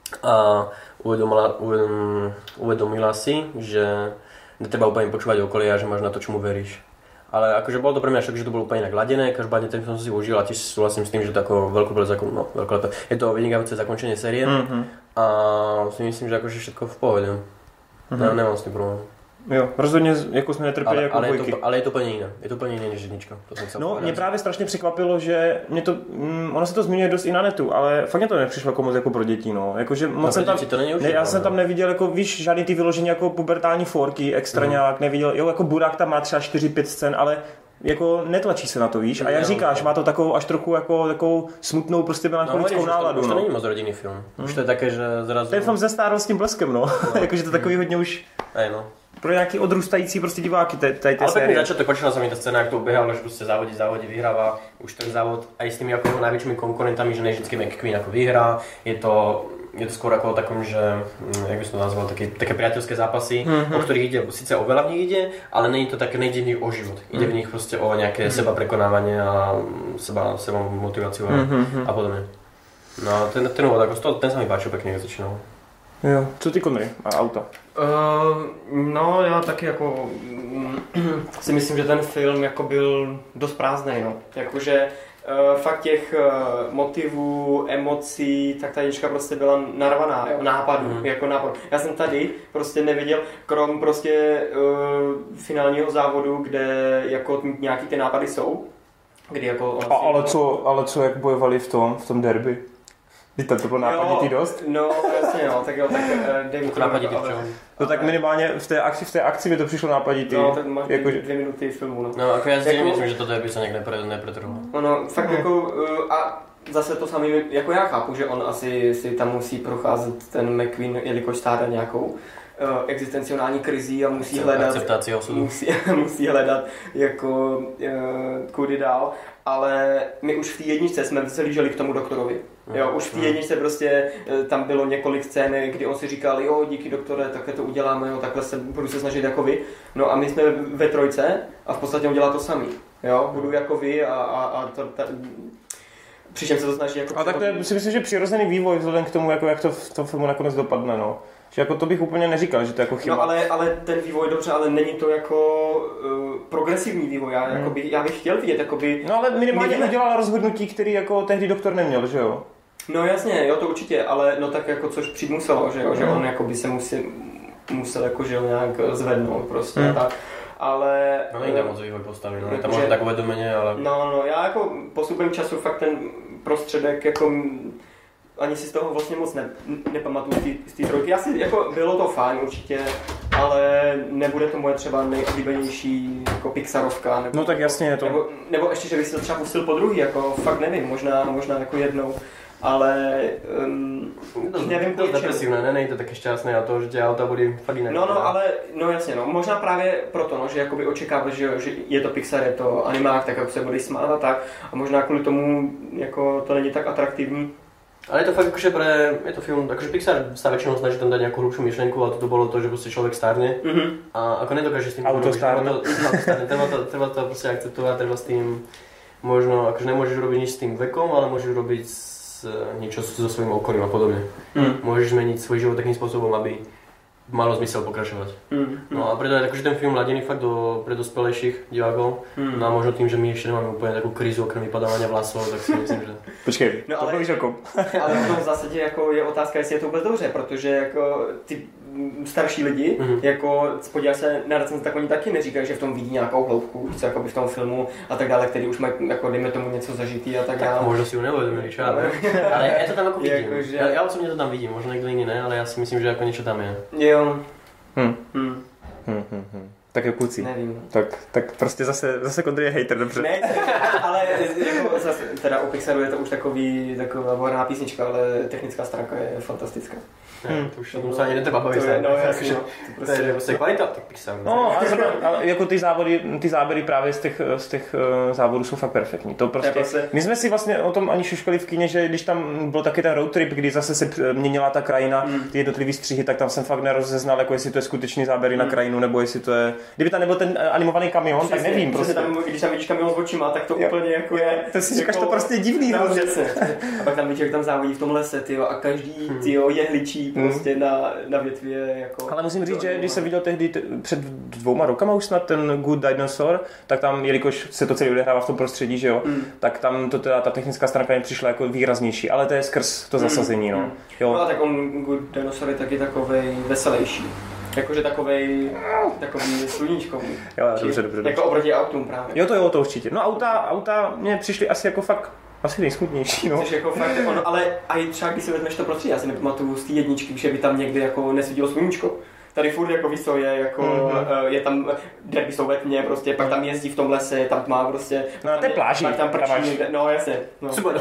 A uvedomila, uvedom, uvedomila si, že netreba úplne počúvať okolie a že máš na to, čomu veríš. Ale akože bolo to pre mňa však, že to bolo úplne inak ladené, každopádne ten som si užil a tiež súhlasím s tým, že to ako veľkolepé zakon, no, veľkolepé. Je to vynikajúce zakončenie série mm-hmm. a si myslím, že akože všetko v pohode. Mm-hmm. No, nemám s tým problém. Jo, rozhodně jako jsme netrpěli ale, jako ale dvojky. Je to, ale je to úplně jiné, je to úplně jiné než jednička. To jsem no, mě právě strašně překvapilo, že mě to, mm, ono se to zmiňuje dost i na netu, ale fakt mě to nepřišlo jako moc jako pro děti, no. Jakože moc no, jsem tam, to není ne, já jsem tam neviděl, jako víš, žádný ty vyložení jako pubertální forky, extra mm. nějak neviděl, jo, jako Burák tam má třeba čtyři pět scén, ale jako netlačí se na to, víš, a jak říkáš, má to takovou až trochu jako takovou smutnou prostě melancholickou no, náladu. Už to, no. už to není moc rodinný film, už to je také, že zrazu... Ten film zestárl s tím bleskem, no, no. Jakože to takový hodně už... Aj, no. Pro nějaký odrůstající prostě diváky tady té ale série. Ale začiatok, počula sa mi tá scéna, jak to ubehal, že proste závodí, závodí, vyhráva už ten závod aj s tými ako najväčšími konkurentami, že ne vždycky McQueen ako vyhrá. Je to, je to skôr ako o takom, že, jak by som to nazval, také, také priateľské zápasy, mm-hmm. o ktorých ide, síce o veľa v nich ide, ale nie je to také, nejde v nich o život. Ide mm-hmm. v nich proste o nejaké mm-hmm. seba prekonávanie a seba, seba motiváciu a, mm-hmm. a podobne. No ten, ten úvod, ako ten sa mi páčil pekne, jak začínal. Jo, co ty Connery a auta? Uh, no já taky jako si myslím, že ten film jako byl dost prázdný, no. Jakože uh, fakt těch uh, motivů, emocí, tak ta jednička prostě byla narvaná, jo, nápadů, mm. jako nápad. Já jsem tady prostě neviděl, krom prostě uh, finálního závodu, kde jako nějaký ty nápady jsou, kdy jako... A, ale, co, ale co, jak bojovali v tom, v tom derby? Víte, to bylo nápaditý dost? No, jasně, no, tak jo, tak uh, David to nápaditý, ale... No tak minimálně v té akci, v té akci mi to přišlo nápaditý. No, tak máš jako, dvě minuty filmu, no. No, jako já si jako, myslím, že to derby se někde nepretrhlo. Ono, fakt uh-huh. jako, uh, a zase to samý, jako já chápu, že on asi si tam musí procházet ten McQueen, jelikož stádá nějakou uh, existenciální krizí a musí hledat, musí, musí hledat jako uh, kudy dál, ale my už v té jedničce jsme vzlíželi k tomu doktorovi. Jo, už v té jedničce prostě tam bylo několik scén, kdy on si říkal, jo, díky doktore, takhle to uděláme, jo, takhle se budu se snažit jako vy. No a my jsme ve trojce a v podstatě on dělá to samý. Jo, budu jako vy a, a, a to, ta, přičem se to snaží jako... A tak to je, si myslím, že přirozený vývoj vzhledem k tomu, jako, jak to v tom filmu nakonec dopadne, no. Že jako to bych úplně neříkal, že to je jako chyba. No ale, ale ten vývoj dobře, ale není to jako uh, progresivní vývoj, já, hmm. jakoby, já bych chtěl vidět, jakoby... No ale minimálně udělal rozhodnutí, který jako tehdy doktor neměl, že jo? No jasně, jo to určitě, ale no tak jako což přijít muselo, že jo, hmm. že on jako by se musel, musel jako že nějak zvednout prostě hmm. tak. Ale... No není tam moc vývoj postavy, no, je tam možná takové domeně, ale... No, no, já jako postupem času fakt ten prostředek jako... Ani si z toho vlastně moc ne, nepamatuju z té trojky. Asi jako bylo to fajn určitě, ale nebude to moje třeba nejoblíbenější jako Pixarovka. Nebo, no tak jasně je to. Nebo, nebo ještě, že bych si to třeba pustil po druhý, jako fakt nevím, možná, možná jako jednou. Ale um, to, nevím to depresivné, ne, nejde také šťastné a to, že tě auta bude fakt jinak. No, no, ale, no jasně, no, možná právě proto, no, že jakoby očekáváš, že, že je to Pixar, je to animák, tak jako se budeš smát a tak. A možná kvůli tomu jako to není tak atraktivní. Ale je to fakt akože pre, je to film, akože Pixar sa väčšinou snaží tam dať nejakú hlubšiu myšlienku, ale toto bolo to, že proste človek stárne mm-hmm. a ako nedokáže s tým... Auto stárne. Treba to, treba to proste akceptovať, treba s tým možno, akože nemôžeš robiť nič s tým vekom, ale môžeš robiť s, niečo so svojím okolím a podobne. Mm. Môžeš zmeniť svoj život takým spôsobom, aby malo zmysel pokračovať. Mm, mm. No a preto je akože ten film ladený fakt do, pre dospelejších divákov. Mm. No a možno tým, že my ešte nemáme úplne takú krízu okrem vypadávania vlasov, tak si myslím, že... Počkej, no, to povíš o kom? Ale v zásadě jako je otázka, jestli je to vůbec dobře, protože jako ty starší lidi, mm-hmm. jako podíváš se na recenze, tak oni taky neříkají, že v tom vidí nějakou hloubku, co jako by v tom filmu a tak dále, který už mají, jako dejme tomu něco zažitý a tak dále. Tak možno si ju neuvedomili, čo? Ale, ale ja to tam ako vidím. Jako, že... Ja, ja osobne to tam vidím, možno niekto iný ne, ale ja si myslím, že ako niečo tam je. Jo. Hm. Hm. Hm, hm, hm. Tak je kluci. Nevím. Tak, tak prostě zase, zase Connery je hater, dobře. Ne, ale jako zase, teda u Pixaru je to už takový, taková vorná písnička, ale technická stránka je fantastická. Hmm. To už to se ani netreba bavit. No, jasně, no. To je prostě kvalita těch Pixarů. No, ale, ale jako ty zábody, ty záběry právě z těch, z těch uh, závodů jsou fakt perfektní. To prostě, prostě, my jsme si vlastně o tom ani šuškali v kině, že když tam byl taky ten road trip, kdy zase se měnila ta krajina, mm. ty jednotlivý střihy, tak tam jsem fakt nerozeznal, jako jestli to je skutečný záběry mm. na krajinu, nebo jestli to je... Kdyby tam nebyl ten animovaný kamion, přesně, tak nevím prostě. Tam, když tam vidíš kamion s očima, tak to jo. úplně jako je... To si říkáš, jako, to prostě divný. No, a pak tam vidíš, jak tam závodí v tom lese, tyjo, a každý tyjo, jehličí prostě na, na větvě jako... Ale musím říct, že když jsem viděl tehdy t- před dvouma rokama už snad ten Good Dinosaur, tak tam, jelikož se to celé odehrává v tom prostředí, že jo, mm. tak tam to teda, ta technická stránka mi přišla jako výraznější, ale to je skrz to zasazení, no. Jo. No a tak on Good Dinosaur je taky takovej veselější. Jakože takovej, takový sluníčkový. Jo, dobře, dobře, dobře. Jako oproti autům právě. Jo, to jo, to určitě. No auta, auta mě přišly asi jako fakt asi nejsmutnější, no. Což jako fakt, ono, ale a i třeba když si vezmeš to prostředí, já si nepamatuju z té jedničky, že by tam někdy jako nesvítilo sluníčko. Tady furt jako víš co, je jako, mm-hmm. je tam, derby jsou ve tmě, prostě, pak tam jezdí v tom lese, je tam tmá prostě. No na té pláži. Pak tam prčí někde, no jasně. No. Super.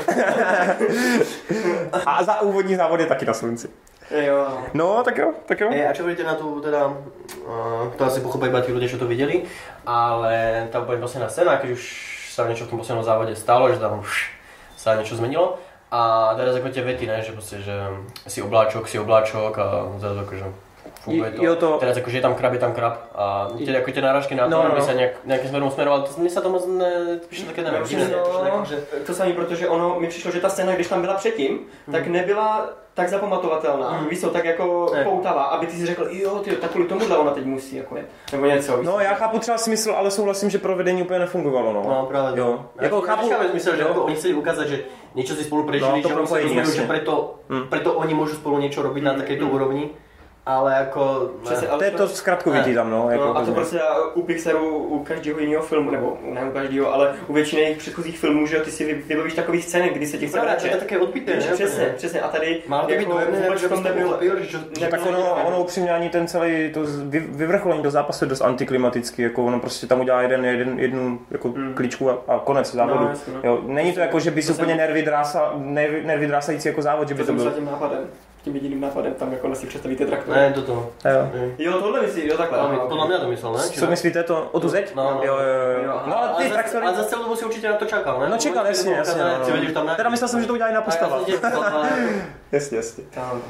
A za úvodní závod je taky na slunci. Jo. No, tak jo, tak jo. E, a čo vidíte na tú, teda, uh, to asi pochopili iba tí ľudia, čo to videli, ale tá úplne posledná scéna, keď už sa niečo v tom poslednom závode stalo, že tam už sa niečo zmenilo. A teraz ako tie vety, ne, že proste, že si obláčok, si obláčok a zrazu akože funguje to. Jo, to... Teraz akože je tam krab, je tam krab a tie, ako tie náražky na to, No, no. aby sa nejak, nejakým smerom usmeroval, to mne sa to moc ne, píše také nevím. No, to samé, protože ono mi přišlo, že ta scéna, když tam byla předtím, hmm. tak nebyla tak zapamatovatelná. Hmm. Víš co, tak jako ne. poutavá, aby ty si řekl, jo, ty, tak kvůli tomuhle ona teď musí, jako je. Nebo něco. No, já chápu třeba smysl, ale souhlasím, že provedení úplně nefungovalo, no. No, právě. Jo. Jako chápu, smysl, že jako oni chceli ukázať, že niečo si spolu prežili, no, že oni sa rozumiejú, že preto, hmm. preto oni môžu spolu niečo robiť na takejto hmm. úrovni. Ale jako... Přesně, ale to je to zkratkovitý tam, no. Jako no a to prostě u Pixaru, u každého jiného filmu, nebo ne u každého, ale u většiny jejich předchozích filmů, že ty si vybavíš takový scény, kdy se těch chce vrátit. To je také odbytné, ne? Přesně, přesně. A tady má to být dojemné, že to nebylo. Tak ono, ono upřímně ani ten celý, to vyvrcholení do zápasu je dost antiklimatický, jako ono prostě tam udělá jeden, jeden, jednu jako hmm. klíčku a, a konec závodu. No, jasně, no. Jo, není to jako, že by si úplně nervy, drása, nervy, nervy drásající jako závod, že by to bylo. Tím jediným nápadem, tam jako si představíte traktor. Ne, toto. Jo, jo tohle myslí, jo takhle. No, podle mě to myslel, ne? Co myslíte to? O tu zeď? No, no. Jo, jo, jo. No, ale ty traktory... Ale za celou dobu si určitě na to čekal, ne? No čekal, jasně, jasně. Teda myslel jsem, že to udělají na postava. Jasně, jasně.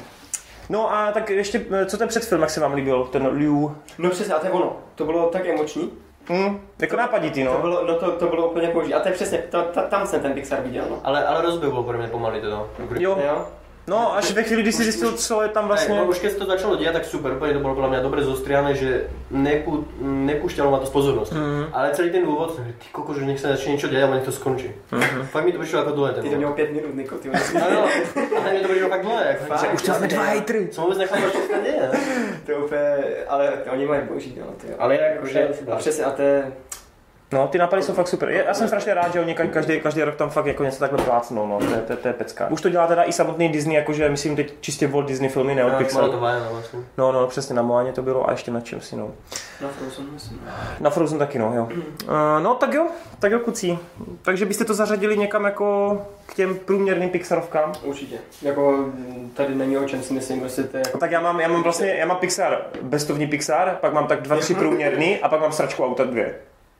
No a tak ještě, co ten předfilm, jak se vám líbil, ten Liu? No přesně, a to je ono. To bylo tak emoční. Mm, jako nápaditý, no. To bylo, no to, to bylo úplně boží. A to je přesně, to, to, tam jsem ten Pixar viděl, no. Ale, ale rozběh byl pro mě pomalý to. Jo. jo. No, až ve chvíli, kdy si zjistil, co je tam vlastně... No, už keď to začalo diať, tak super, úplne to bolo podľa mňa dobre zostriané, že nepú, nepúšťalo ma to z pozornosti. Mm-hmm. Ale celý ten úvod, ty koko, že nech sa začne niečo diať, ale nech to skončí. Mm-hmm. Fakt mi to prišlo ako dlhé. Ty to mělo pět minut, Niko, ty máš. Áno, ale mi to prišlo fakt dlhé. Fakt, už to máme dva hejtry. Som vôbec nechápal, čo sa deje. To je úplně, ale oni mají boží, no. Ale jakože... A přesně, a to je... No, ty nápady jsou fakt super. Já jsem strašně rád, že oni každý, každý rok tam fakt jako něco takhle plácnou, no, to je, to, je, to je pecka. Už to dělá teda i samotný Disney, jakože myslím teď čistě Walt Disney filmy, ne od no, Pixaru. To Moana, vlastně. No, no, přesně na Moaně to bylo a ještě na čem si, no. Na Frozen, myslím. Na Frozen taky, no, jo. Uh, no, tak jo, tak jo, kucí. Takže byste to zařadili někam jako k těm průměrným Pixarovkám? Určitě. Jako tady není o čem si myslím, jestli to je jako... Tak já mám, já mám vlastně, já mám Pixar, bestovní Pixar, pak mám tak dva, tři průměrný a pak mám sračku auta dvě.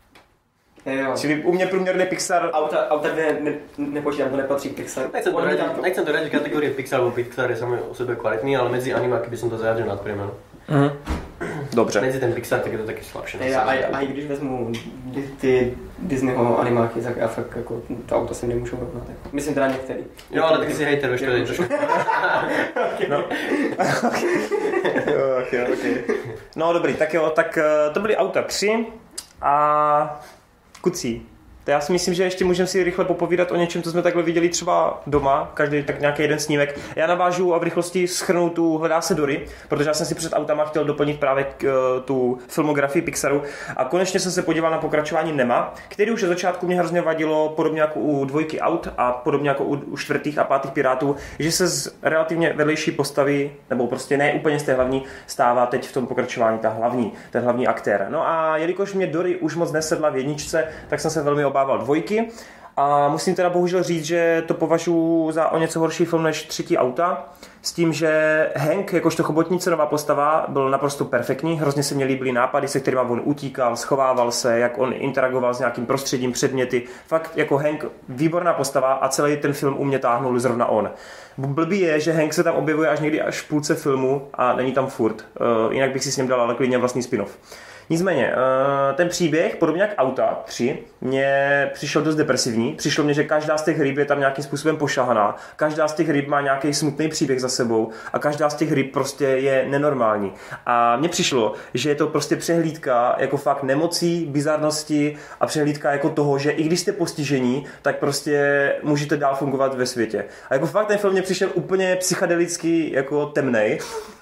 Jo. Čili u mě průměrný Pixar... Auta, auta dvě ne, nepočítám, to nepatří k Pixar. Nechcem to radiť kategórie Pixar, lebo Pixar je samý o sebe kvalitný, ale medzi animáky by som to zajadil nad priemeru. Mm. Dobře. Mezi ten Pixar, tak je to taky slabší. A, a, a i když vezmu ty Disneyho animáky, tak já fakt jako to auto si nemůžu rovnat. Jako. Myslím teda některý. Jo, ale taky si hejter, ještě trošku. No. Jo, okay, okay. No dobrý, tak jo, tak to byly auta tři a kucí. To já si myslím, že ještě můžeme si rychle popovídat o něčem, co jsme takhle viděli třeba doma, každý tak nějaký jeden snímek. Já navážu a v rychlosti shrnu tu Hledá se Dory, protože já jsem si před autama chtěl doplnit právě k, tu filmografii Pixaru a konečně jsem se podíval na pokračování Nema, který už od začátku mě hrozně vadilo, podobně jako u dvojky aut a podobně jako u, u čtvrtých a pátých Pirátů, že se z relativně vedlejší postavy, nebo prostě ne úplně z té hlavní, stává teď v tom pokračování ta hlavní, ten hlavní aktér. No a jelikož mě Dory už moc nesedla v jedničce, tak jsem se velmi obával dvojky a musím teda bohužel říct, že to považuji za o něco horší film než Třetí auta, s tím, že Hank, jakožto chobotnicerová postava, byl naprosto perfektní, hrozně se mi líbily nápady, se kterými on utíkal, schovával se, jak on interagoval s nějakým prostředím, předměty, fakt jako Hank výborná postava a celý ten film u mě táhnul zrovna on. Blbý je, že Hank se tam objevuje až někdy až v půlce filmu a není tam furt, uh, jinak bych si s ním dal ale klidně vlastní spin-off. Nicméně, ten příběh, podobně jak Auta tři, mě přišel dost depresivní. Přišlo mně, že každá z těch ryb je tam nějakým způsobem pošahaná. Každá z těch ryb má nějaký smutný příběh za sebou a každá z těch ryb prostě je nenormální. A mně přišlo, že je to prostě přehlídka jako fakt nemocí, bizarnosti a přehlídka jako toho, že i když jste postižení, tak prostě můžete dál fungovat ve světě. A jako fakt ten film mě přišel úplně psychedelicky jako temnej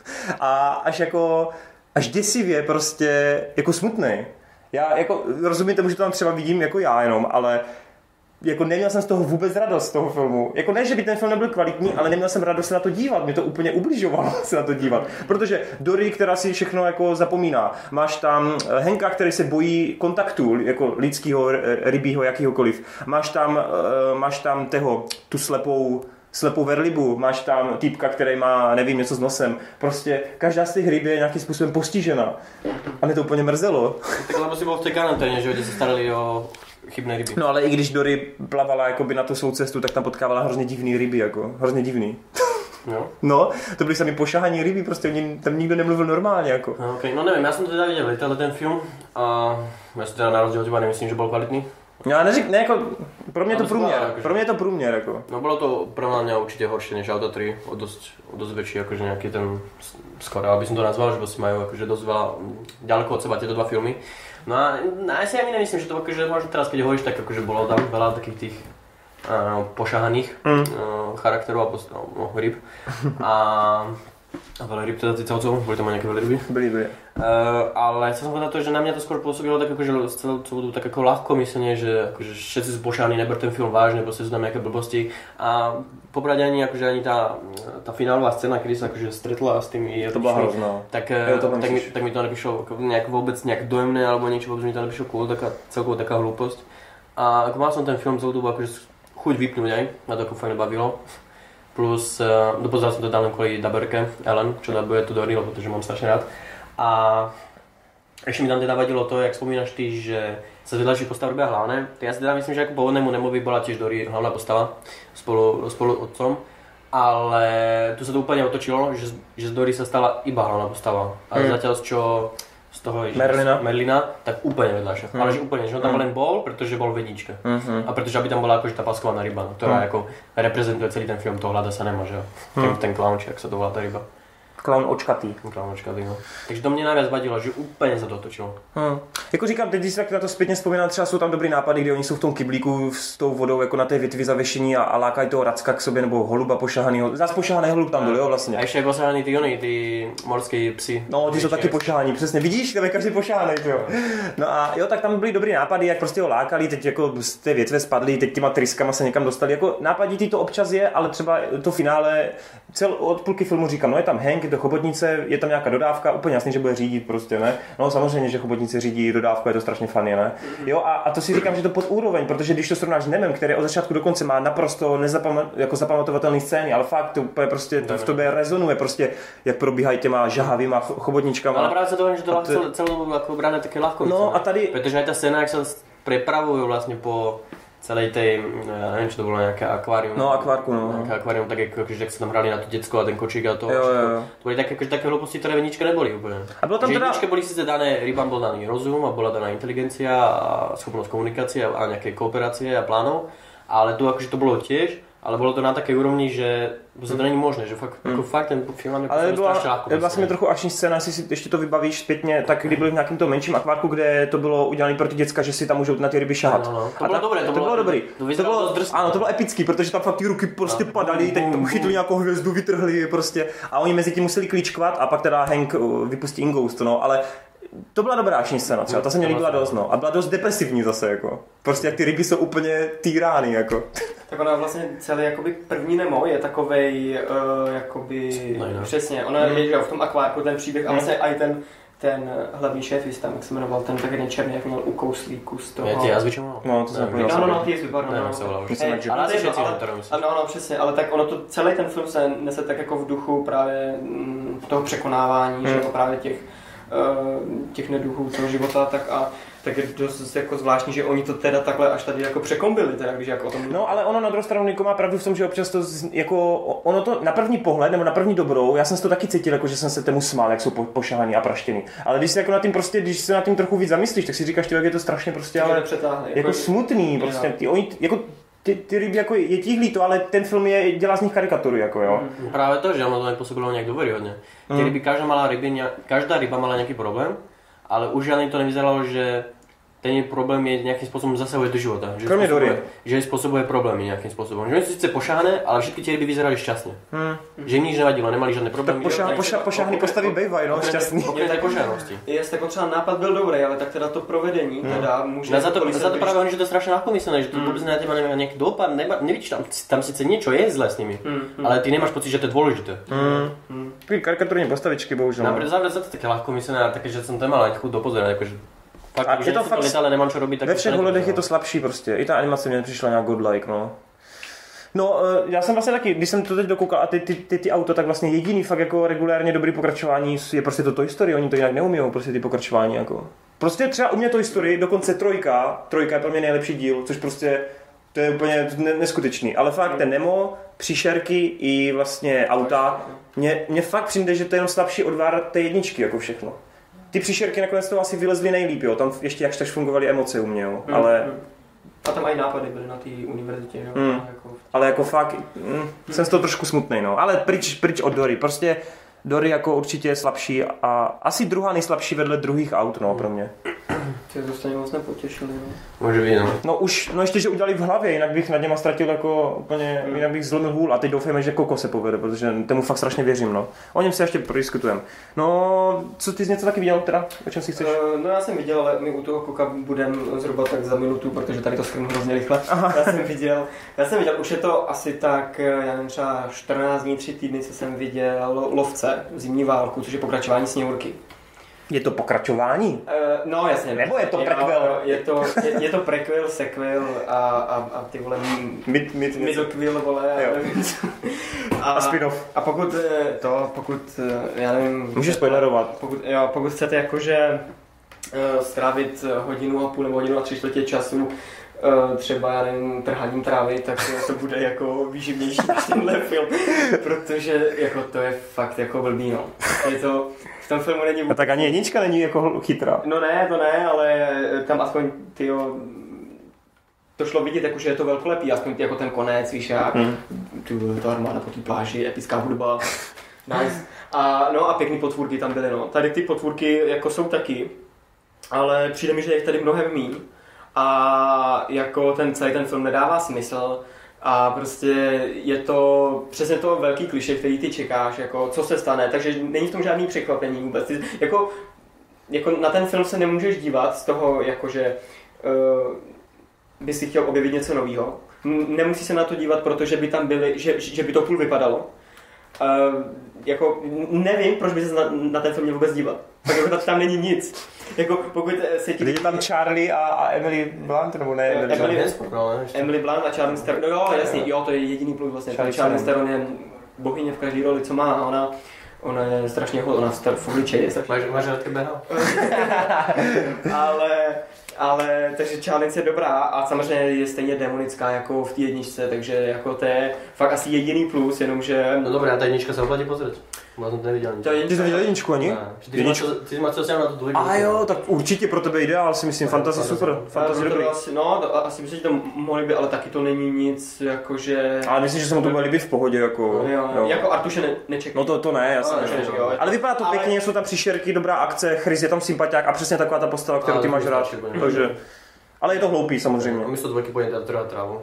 a až jako až děsivě prostě jako smutný. Já jako rozumím tomu, že to tam třeba vidím jako já jenom, ale jako neměl jsem z toho vůbec radost z toho filmu. Jako ne, že by ten film nebyl kvalitní, ale neměl jsem radost se na to dívat. Mě to úplně ubližovalo se na to dívat. Protože Dory, která si všechno jako zapomíná. Máš tam Hanka, který se bojí kontaktu, jako lidského, rybího, jakýhokoliv. Máš tam, máš tam toho, tu slepou slepou verlibu, máš tam týpka, který má, nevím, něco s nosem. Prostě každá z těch ryb je nějakým způsobem postižena. A mě to úplně mrzelo. Tak lebo si bol v tej karanténe, že kde se starali o chybné ryby. No ale i když Dory plavala jakoby na tu svou cestu, tak tam potkávala hrozně divný ryby, jako. Hrozně divný. No. No, to byly sami pošahaní ryby, prostě oni, tam nikdo nemluvil normálně jako. No, okay. No nevím, já jsem to teda viděl, tenhle ten film a já si teda na rozdíl od těba nemyslím, že byl kvalitný. Já neřík, ne jako, pro mě je to Ale průměr, to pro mě je to průměr jako. No bylo to pro mě určitě horší než Auto tři, o dost, o dost väčší, akože nejaký ten skoro, aby som to nazval, že vlastne majú akože dosť veľa, ďaleko od seba tieto dva filmy. No a no, ja si ani nemyslím, že to akože možno teraz keď hovoríš, tak akože bolo tam veľa takých tých uh, pošahaných mm. uh, charakterov a post, no, no, ryb. A a veľa ryb teda tí celcov, boli tam aj nejaké veľa ryby. Byli, byli. Uh, ale chcel som povedať to, že na mňa to skôr pôsobilo tak akože z celou celú tak ako ľahko myslenie, že akože všetci sú pošahaní, neber ten film vážne, proste sú tam nejaké blbosti. A popravde ani akože ani tá, tá finálová scéna, kedy sa akože stretla s tými to bola hrozná. Tak, tak, mi, tak mi to neprišlo nejak vôbec nejak dojemné alebo niečo, vôbec mi to neprišlo cool, taká celkovo taká hlúposť. A ako mal som ten film celú dobu akože chuť vypnúť aj, na to ako fakt nebavilo. Plus, uh, dopozeral som to dávno kvôli daberke Ellen, čo dabuje tu do Rilo, pretože mám strašne rád. A ešte mi tam teda vadilo to, jak spomínaš ty, že sa z vedľajších postav robia hlavné. Ja si teda myslím, že ako pôvodnému Nemovi bola tiež Dory hlavná postava spolu, spolu otcom. Ale tu sa to úplne otočilo, že, že z Dory sa stala iba hlavná postava. A mm. zatiaľ čo z toho Merlina. Merlina, tak úplne vedľajšia. Mm. Ale že úplne, že on tam mm. len bol, pretože bol vednička. Mm-hmm. A pretože aby tam bola akože tá paskovaná ryba, ktorá mm. ako reprezentuje celý ten film, to hľada sa nemôže. Mm. Ten, ten clown, či ak sa to volá tá ryba. Klaun očkatý. Klaun očkatý, no. Takže to mě najviac vadilo, že úplně se to otočilo. Hmm. Jako říkám, teď když se na to zpětně vzpomínám, třeba jsou tam dobrý nápady, kdy oni jsou v tom kyblíku s tou vodou jako na té větvi zavěšení a, a lákají toho racka k sobě nebo holuba pošahanýho. Zás pošahaný holub tam byl, jo, vlastně. A ještě jak pošahaný ty ony, ty morské psy. No, ty jsou taky pošahaní, přesně. Vidíš, tam je každý pošahaný, jo. No a jo, tak tam byly dobrý nápady, jak prostě ho lákali, teď jako z té větve spadli, teď těma tryskama se někam dostali. Jako nápaditý to občas je, ale třeba to finále cel od půlky filmu říkám, no je tam Hank, je to chobotnice, je tam nějaká dodávka, úplně jasný, že bude řídit prostě, ne? No samozřejmě, že chobotnice řídí dodávku, je to strašně funny, ne? Jo, a, a to si říkám, že to pod úroveň, protože když to srovnáš s Nemem, který od začátku do konce má naprosto nezapamat, jako zapamatovatelné scény, ale fakt to úplně prostě to v tobě rezonuje, prostě jak probíhají těma žahavýma chobotničkama. Ale právě se to že to t... celou, celou jako bráne také ľahko. No a tady... Protože aj ta scéna, jak se prepravují vlastně po celej tej, ja neviem, čo to bolo, nejaké akvárium. No, akvárku, no. Nejaké akvárium, tak akože, jak sa tam hrali na to decko a ten kočík a to. Jo, jo, jo. To boli také, akože, také hlúposti, ktoré veničke neboli úplne. A bylo tam že teda... jedničke boli síce dané, rybám bol daný rozum a bola daná inteligencia a schopnosť komunikácie a nejaké kooperácie a plánov, ale tu akože to bolo tiež, ale bolo to na také úrovni, že to není možné, že fakt, hmm. jako fakt ten film je ale byla, byla vlastně trochu akční scéna, jestli si ještě to vybavíš zpětně, tak kdy byli v nějakém tom menším akvárku, kde to bylo udělané pro ty děcka, že si tam můžou na ty ryby šahat. No, no, no. To a bylo ta, dobré, to, to bylo, bylo dobrý. To, to bylo, drsné, ano, to bylo epický, protože tam fakt ty ruky prostě no, padaly, teď tam chytli nějakou hvězdu, vytrhli prostě a oni mezi tím museli klíčkovat a pak teda Hank vypustí Ingoust, no, ale to byla dobrá akční scéna třeba, ta se mě líbila dost, no. A byla dost depresivní zase, jako. Prostě jak ty ryby jsou úplně týrány, jako. Tak ona vlastně celý jakoby první Nemo je takovej, uh, jakoby, no, no. přesně, ona mm. je, že v tom akvárku ten příběh mm. a vlastně i ten, ten hlavní šéf, tam, jak se jmenoval, ten tak jeden černý, jak měl ukouslý kus toho. Je, ty jazvy čemu? No, to jsem no, no, no, ty jazvy, pardon. Ne, no, se volal, už hey, ale ale všetci ale, ale, no, no, přesně, ale tak ono to, celý ten film se nese tak jako v duchu právě m, toho překonávání, mm. že jako právě těch těch neduchů toho života, tak a tak je dost jako zvláštní, že oni to teda takhle až tady jako překombili, teda když jako o tom... No ale ono na druhou stranu Niko má pravdu v tom, že občas to jako, ono to na první pohled, nebo na první dobrou, já jsem to taky cítil, jako že jsem se tomu smál, jak jsou po, pošahaný a praštěný. Ale když se jako na tím prostě, když se na tím trochu víc zamyslíš, tak si říkáš, ty, jak je to strašně prostě, ale přetáhli, jako, jako smutný, prostě, ty, oni, jako ty, ty ryby jako je tíhlý to, ale ten film je, dělá z nich karikaturu, jako jo. Mm. Právě to, že ono to nepůsobilo nějak důvěryhodně. Ty mm. ryby, každá mala ryby, každá ryba mala nějaký problém, ale už žádný to nevyzeralo, že ten problém je nějakým způsobem zasahuje do života. Že kromě Dory. Že způsobuje problémy nějakým způsobem. Že oni sice pošáhne, ale všechny ty ryby vyzerali šťastně. Hmm. Že jim nic nevadilo, nemali žádné problémy. Tak pošá, pošá, pošáhný postavy bývají, no, šťastný. Okej, tak pošáhnosti. Jest, tak třeba nápad byl dobrý, ale tak teda to provedení hmm. teda může... Na za to, za to právě oni, že to je strašně ľahkomyslené, že to vůbec na teba nemá nějaký dopad, nevidíš tam, tam sice niečo je zlé s nimi, hmm. ale ty nemáš pocit, že to je dôležité. Hmm. Hmm. Karikaturní postavičky, bohužel. Napríklad závrát za to také ľahkomyslené, také, že som to mal chuť dopozerať, akože fakt, a je to fakt, ale nemám čo robiť, tak ve všech ohledech je to slabší prostě. I ta animace mě nepřišla nějak godlike, no. No, já jsem vlastně taky, když jsem to teď dokoukal a ty, ty, ty, ty auto, tak vlastně jediný fakt jako regulárně dobrý pokračování je prostě to Toy Story, oni to jinak neumíjou, prostě ty pokračování jako. Prostě třeba u mě Toy Story, dokonce trojka, trojka je pro mě nejlepší díl, což prostě To je úplně neskutečný. Ale fakt ten Nemo, příšerky i vlastně auta, mně, mně fakt přijde, že to je jenom slabší odvar té jedničky, jako všechno. Ty příšerky nakonec to asi vylezly nejlíp, jo. Tam ještě jakž tak fungovaly emoce u mě, jo. Mm, ale... Mm. A tam i nápady byly na té univerzitě, jo. Mm. Jako... Ale jako fakt, mm, jsem z toho trošku smutnej, no. Ale pryč, pryč od Dory. Prostě Dory jako určitě je slabší a asi druhá nejslabší vedle druhých aut, no, pro mě. Tě to stejně moc nepotěšili, no. Může být, no. No už, no ještě, že udělali v hlavě, jinak bych nad něma ztratil jako úplně, jinak bych zlomil hůl a teď doufáme, že Koko se povede, protože tomu fakt strašně věřím, no. O něm se ještě prodiskutujeme. No, co ty jsi něco taky viděl teda? O čem si chceš? Uh, no já jsem viděl, ale my u toho Koka budeme zhruba tak za minutu, protože tady to skrnu hrozně rychle. Aha. Já jsem viděl, já jsem viděl, už je to asi tak, já nevím, třeba čtrnáct dní, tři týdny, co jsem viděl Lovce, Zimní válku, což je pokračování Sněhurky. Je to pokračování? Uh, no jasně. Nebo je to prequel? Jo, je, to, je, je to prequel, sequel a, a, a ty vole... Mid, mid, Midquel, vole, já jo. nevím. A, a spin-off. A pokud to, pokud, já nevím... Můžeš spoilerovat. Pokud, jo, pokud chcete jakože uh, strávit hodinu a půl nebo hodinu a tři čtvrtě času Uh, třeba, já nevím, trhaním trávy, tak to bude jako výživnější než tenhle film, protože jako to je fakt jako blbý, no. Je to, v tom filmu není... A tak ani jednička není jako chytrá. No ne, to ne, ale tam aspoň, tyjo, to šlo vidět, jako, že je to velkolepý, aspoň jako ten konec, víš jak, hmm. ty, ta armáda po té pláži, epická hudba, nice. A, no a pěkný potvůrky tam byly, no. Tady ty potvůrky jako jsou taky, ale přijde mi, že je jich tady mnohem míň. A jako ten celý ten film nedává smysl a prostě je to přesně to velký klišé, který ty čekáš, jako co se stane, takže není v tom žádný překvapení vůbec. Ty, jako, jako na ten film se nemůžeš dívat z toho, jakože uh, by si chtěl objevit něco nového. Nemusí se na to dívat, protože by tam byly, že, že by to půl vypadalo. Uh, jako nevím, proč by se na, na ten film měl vůbec dívat. Tak jako tam není nic. Jako pokud se ti... Je tam Charlie a, a Emily Blunt, nebo ne? Emily, Emily, Emily, Emily Blunt a Charlie Theron. No jo, jasně, jo, to je jediný plus vlastně. Charlie, Charlie Theron je bohyně v každé roli, co má a ona, ona je strašně hod, ona v obličeji je strašně... Máš, máš rád tebe, ale, ale, takže Charlie je dobrá a samozřejmě je stejně demonická jako v té jedničce, takže jako to je fakt asi jediný plus, jenomže... No dobré, a ta jednička se oplatí pozrieť. Já jsem to neviděl nic. Ty jsi viděl jedničku ani? Ty jedničku. Ty jsi máš co na tu dvojku. A jo, tak určitě pro tebe ideál, si myslím, fantasy super, fantasy dobrý. Asi, no, asi myslím, že to mohli by, ale taky to není nic, jakože... Ale myslím, že se mu to bude líbit v pohodě, jako... Jo, jo. Jo. Jako Artuše ne, nečekaj. No to, to ne, jasně. No, ale vypadá to ale... pěkně, jsou tam příšerky, dobrá akce, Chris je tam sympatiák a přesně taková ta postava, kterou ty máš rád. Takže... Ale je to hloupý samozřejmě. A místo dvojky půjdeme trhat trávu.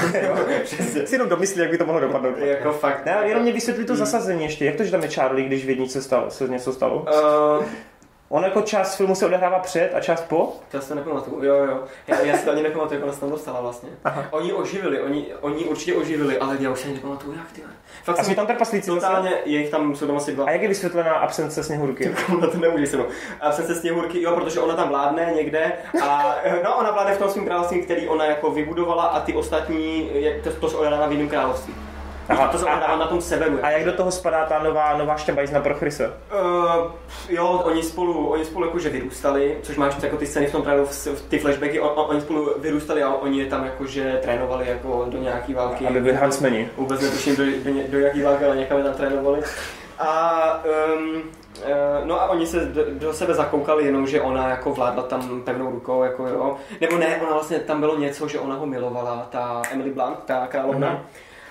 Si jenom domyslí, jak by to mohlo dopadnout. Jako fakt. Ne, jenom mě vysvětlí to zasazení ještě. Jak to, že tam je Charlie, když v jedničce stalo, se něco stalo? Uh... On jako část filmu se odehrává před a část po? To já se nepamatuju, jo jo. Já, já si to ani nepamatuju, jak ona se tam dostala vlastně. Aha. Oni oživili, oni, oni určitě oživili, ale já už se ani nepamatuju, jak ty. Fakt a jsou tam trpaslíci? Totálně, je jich tam, jsou tam asi dva. A jak je vysvětlená absence Sněhurky? Na to nemůžeš se mnou. Absence Sněhurky, jo, protože ona tam vládne někde a no, ona vládne v tom svým království, který ona jako vybudovala a ty ostatní, to, to se odehrává v jiném království. Aha, to se odehrává na tom severu. A jak do toho spadá ta nová, nová štěbajzna pro Chrise? Uh, jo, oni spolu, oni spolu jakože vyrůstali, což máš jako ty scény v tom traileru, ty flashbacky, on, oni spolu vyrůstali a oni je tam jakože trénovali jako do nějaký války. Aby byli huntsmeni. Vůbec netuším do, do, do jaký války, ale někam je tam trénovali. A um, uh, no a oni se do, do sebe zakoukali, jenomže ona jako vládla tam pevnou rukou, jako jo. Nebo ne, ona vlastně tam bylo něco, že ona ho milovala, ta Emily Blunt, ta královna. Mm-hmm.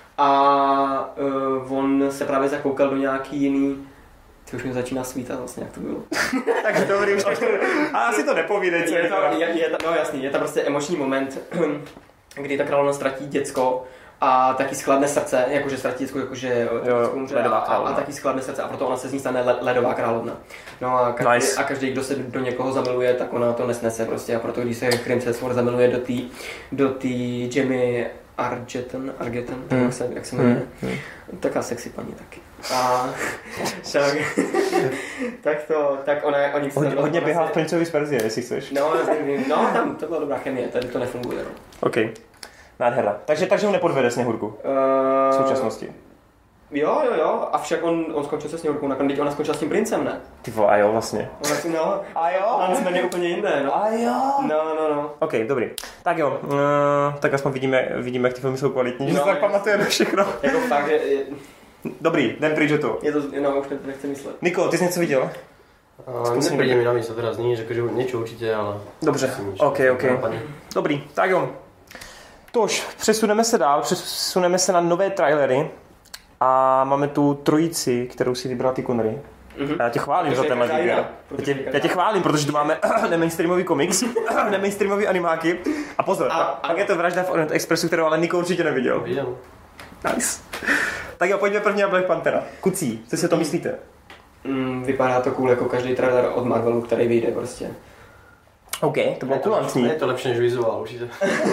A uh, on se právě zakoukal do nějaký jiný... Ty už mi začíná svítat vlastně, jak to bylo. Takže dobrý, už tak to... A asi to nepovídej, co je to. Je, je to no jasný, je to prostě emoční moment, kdy ta královna ztratí děcko a taky skladne srdce, jakože ztratí děcko, jakože umře a, a taky skladne srdce a proto ona se z ní stane ledová královna. No a každý, nice. a každý, kdo se do někoho zamiluje, tak ona to nesnese prostě a proto když se Chrimse zamiluje do té do tý Jamie Argeton, Argeton, hmm. jak se, jak se jmenuje, hmm. taká sexy paní taky. A tak, tak to, tak ona, oni se hodně, hodně běhá v Princovi z Perzie, jestli chceš. No, no, tam to byla dobrá chemie, tady to nefunguje. No. OK, nádherná. Takže, takže ho nepodvede Sněhurku uh, v současnosti. Jo, jo, jo, avšak on, on skončil se sněhurkou, nakonec ona skončila s tím princem, ne? Ty vole, a jo, vlastně. Ona, no, A jo? ona nicméně úplně jinde, no. A jo? No, no, no. OK, dobrý. Tak jo, uh, tak aspoň vidíme, vidíme, jak ty filmy jsou kvalitní, že No, se tak jasně. pamatujeme všechno. Jako fakt, že je, Dobrý, jdem pryč, že to. je to, no, už nechci myslet. Niko, ty jsi něco viděl? Uh, nepríde mi na mysle teraz nič, akože niečo určite, ale... Dobře, Nič, OK, OK. nápadne. Dobrý, tak jo. Tož, přesuneme se dál, přesuneme se na nové trailery a máme tu trojici, kterou si vybral ty Connery. Mhm. Já tě chválím Protože za tenhle každá výběr. jiná. Já Protože tě, každá já tě chválím, protože tu máme nemainstreamový komiks, nemainstreamový animáky a pozor, A- pak, pak je to Vražda v Orient Expressu, kterou ale Niko určitě neviděl. Vidím. Nice. Tak jo, pojďme první na Black Panthera. Kucí, co si o to myslíte? Mm, vypadá to cool jako každý trailer od Marvelu, který vyjde prostě. OK, to bylo Je to, kulantní. je to lepšie než vizuál, určite.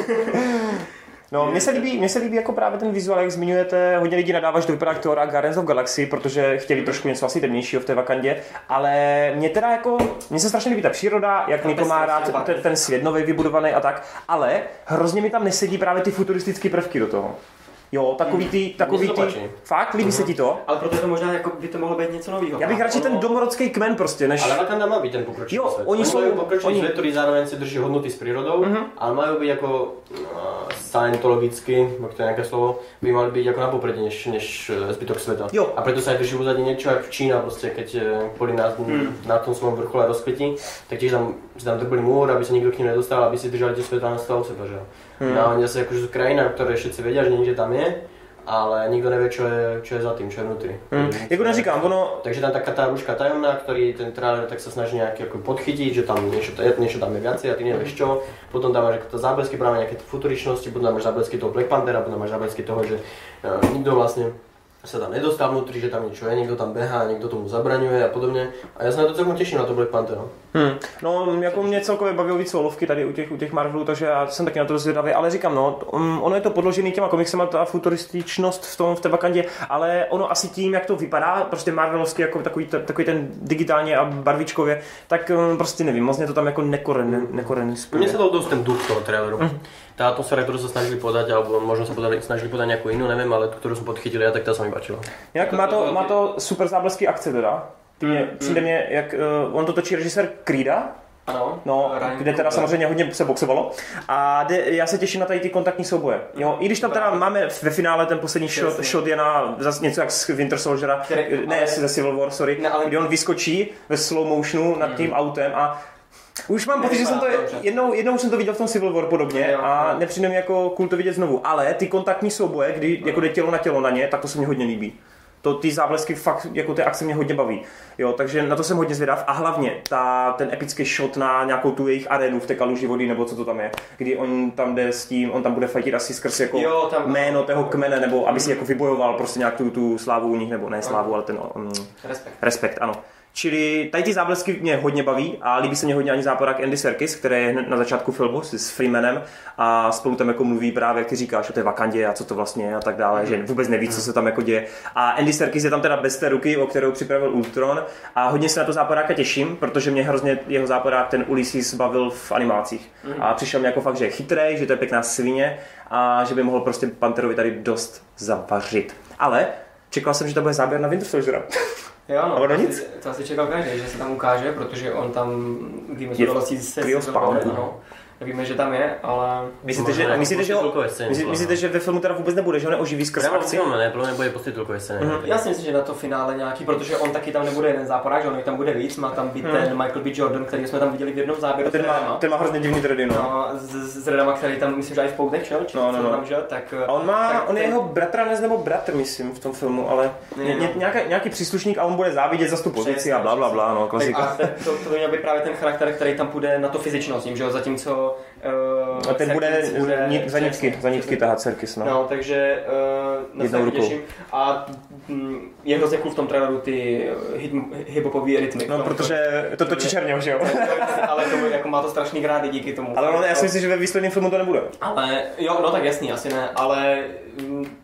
No, mně se líbí, mně se líbí jako právě ten vizuál, jak zmiňujete, hodně lidí nadává, že to vypadá jak Thor a Guardians of Galaxy, protože chtěli trošku něco asi temnějšího v té Wakandě, ale mě teda jako, mně se strašně líbí ta příroda, jak Niko má rád ten, ten svět nový vybudovaný a tak, ale hrozně mi tam nesedí právě ty futuristické prvky do toho. Jo, takový ty, takový Mně se to ty, páči. fakt, líbí se ti to? Ale proto to možná jako by to mohlo být něco nového. Já bych radši ten domorodský kmen prostě, než... Ale Wakanda má byť ten pokročilý Jo, svet. oni sú- majú pokročilý oni- svet, ktorý zároveň si drží hodnoty s prírodou, Mhm. ale majú byť ako uh, scientologicky, ak to je nejaké slovo, by mali byť ako na popredí než, než uh, zbytok sveta. Jo. A preto sa aj drží v úzadí niečo ako Čína, proste, keď uh, boli na, Mhm. na tom svojom vrchole rozkvetí, tak tiež tam, si tam drbili múr, aby sa nikto k nim nedostal, aby si držali tie svetánstva od seba, že jo. Mhm. No a oni zase akože sú krajina, ktoré všetci vedia, že niekde tam je, ale nikto nevie, čo je, čo je za tým, čo je vnútri. Hmm. Jako neříkám, ono... Takže tam taká tá rúška tajomná, ktorý ten trailer tak sa snaží nejak ako podchytiť, že tam niečo, je, niečo tam je viacej a ty nevieš čo. Potom tam máš ako to záblesky práve nejaké futuričnosti, potom tam máš záblesky toho Black Panthera, potom máš záblesky toho, že uh, nikto vlastne sa tam nedostal vnútri, že tam niečo je, niekto tam behá, niekto tomu zabraňuje a podobne. A ja sa na to celkom teším, na to Black Panthera. Hmm. No, jako mě celkově baví víc solovky tady u těch, u těch Marvelů, takže já jsem taky na to zvědavý, ale říkám, no, um, ono je to podložený těma komiksama, ta futurističnost v tom, v té Wakandě, ale ono asi tím, jak to vypadá, prostě Marvelovský, jako takový, takový ten digitálně a barvičkově, tak um, prostě nevím, moc mě to tam jako nekoren, nekoren Mne sa dal dosť ten duch toho traileru. Mm. Tá atmosféra, ktorú sa snažili podať, alebo možno sa podali, snažili podať nejakú inú, neviem, ale ktorú som podchytil ja, tak tá sa mi páčila. Jak má to, má to super záblesky akce teda. Ty mě, přijde mě, jak uh, on to točí režisér Creeda, Ano. no, Ryan kde teda Coogler. samozřejmě hodně se boxovalo. A de, já se těším na tady ty kontaktní souboje. Jo, i když tam teda máme ve finále ten poslední shot, shot je na zase něco jak z Winter Soldiera, Který- ne, ale- ze Civil War, sorry, Ne, ale- kdy on vyskočí ve slow motionu nad tím autem a už mám pocit, že jsem to Nevypadá dobře. jednou, jednou jsem to viděl v tom Civil War podobně Jo, a jo. nepřijde mi jako cool to vidět znovu. Ale ty kontaktní souboje, kdy jako jde tělo na tělo na ně, tak to se mi hodně líbí. To, ty záblesky fakt, jako ty akce mě hodně baví. Jo, takže na to jsem hodně zvědav a hlavně ta, ten epický shot na nějakou tu jejich arénu v té kaluži vody nebo co to tam je, kdy on tam jde s tím, on tam bude fightit asi skrz jako Jo, tam- jméno tého kmene, nebo aby si jako vybojoval prostě nějak tu, tu slávu u nich, nebo ne slávu, ale ten um, Respekt. respekt, ano. Čili tady ty záblesky mě hodně baví a líbí se mě hodně ani záporák Andy Serkis, který je hned na začátku filmu s Freemanem a spolu tam jako mluví právě, jak ty říkáš, o té Wakandě a co to vlastně je a tak dále, mm. že vůbec neví, co se tam jako děje. A Andy Serkis je tam teda bez té ruky, o kterou připravil Ultron a hodně se na to záporáka těším, protože mě hrozně jeho záporák ten Ulysses bavil v animacích. Mm. A přišel mi jako fakt, že je chytrej, že to je pěkná svině a že by mohl prostě Panterovi tady dost zavařit. Ale čekal jsem, že to bude záběr na Winter Soldiera. Jo, no, Ale to, nic. asi, to asi čekal každý, že se tam ukáže, protože on tam, víme, Je že vlastně se kryo se- spánku. ano. Víme, že tam je, ale... Myslíte, že, Možná myslíte, že, jako ho, postitulkové myslíte, scény, myslíte, že ve filmu teda vůbec nebude, že ho neoživí skrz Priamo v akci? filme, ne, podľa mňa bude postitulkové scény. Mhm. Já si myslím, že na to finále nějaký, protože on taky tam nebude jeden záporák, že on tam bude víc, má tam být Hmm. ten Michael B. Jordan, který jsme tam viděli v jednom záběru. A ten má, ten má hrozně divný dredy, no. No, s, s Redama, který tam, myslím, že i v Poutech šel, či No, no, co no. tam šel, tak... A on má, tak on je ten- jeho bratranec nebo bratr, myslím, v tom filmu, ale ně, ně, nějaký, nějaký příslušník a on bude závidět za tu pozici a bla, bla, bla, no, klasika. Tak a ten, to, to by měl být právě ten charakter, který tam půjde na to fyzičnost, tím, že jo, zatímco... Uh, A ten bude, ni- za nitky, za nitky tahat Serkis, no. No, takže uh, na Jednou to rukou. těším. A mm, je hrozně cool v tom traileru ty hip-hopové rytmy. No, protože to točí černě, že jo. Ale to jako má to strašný grády díky tomu. Ale on, já si myslím, že ve výsledném filmu to nebude. Ale jo, no tak jasný, asi ne, ale mm,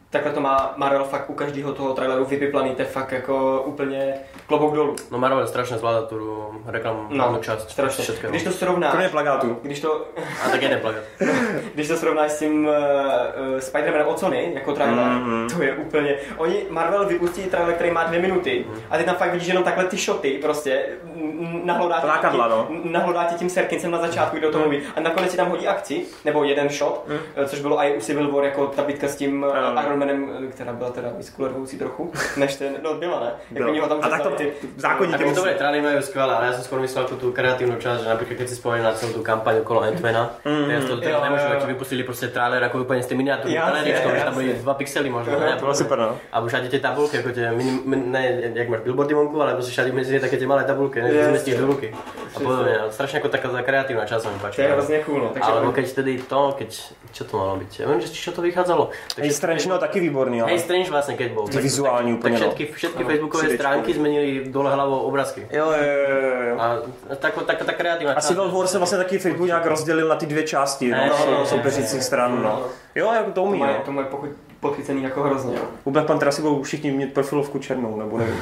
takhle to má Marvel fakt u každého toho traileru vypiplaný, to je fakt jako úplně klobouk dolů. No Marvel strašně zvládá tu reklamnou no, část. Strašně. Všetkého. Když to srovnáš... Kromě plakátu. Když to... A tak jeden plakát. Když to srovnáš s tím uh, uh, Spider-Manem od Sony, jako trailer, mm-hmm. to je úplně... Oni, Marvel vypustí trailer, který má dvě minuty mm. a ty tam fakt vidíš jenom takhle ty shoty, prostě nahlodá tě, no. nahlodá tě tím serkincem na začátku, kdo to mluví. A nakonec si tam hodí akci, nebo jeden shot, mm. což bylo i u Civil War, jako ta bitka s tím mm. Iron Manem, která byla teda vyskulervoucí trochu, než ten, no byla, ne? Jako bylo. Tam a tak to ty zákonníky. Tak to bude trailery majú skvelé, ale ja som skôr myslel tú kreatívnu časť, že napríklad keď si spomenul na celú tú kampaň okolo Ant-Mana, mm. ja to teraz nemôžu, ak vypustili proste trailer ako úplne s tým miniatúrnym traileriskom, že tam boli dva pixely možno, ne? To bolo super, no. A všade tie tabulky, ako tie, ne, jak máš billboardy vonku, ale proste všade medzi také tie malé tabulky, ne? Zmestíš do ruky. A podobne, strašne ako taká kreatívna časť sa mi páči. To je hrozne cool, no. Alebo keď tedy to, keď, čo to malo byť? Ja viem, že čo to vychádzalo. Hej, Strange, no taky výborný, ale. Hej, Strange vlastne keď bol. To vizuálne úplne, no. Všetky, všetky facebookové stránky zmenili dole hlavou obrázky. Jo, jo, jo. A tak, tak, tak kreativní. A Civil War se vlastně taky Facebook nějak rozdělil na ty dvě části, no, no, soupeřících stran, no. Jo, jako to umí, no. no. To mají podchycený jako hrozně, jo. U Black Panthera si budou všichni mít profilovku černou, nebo nevím.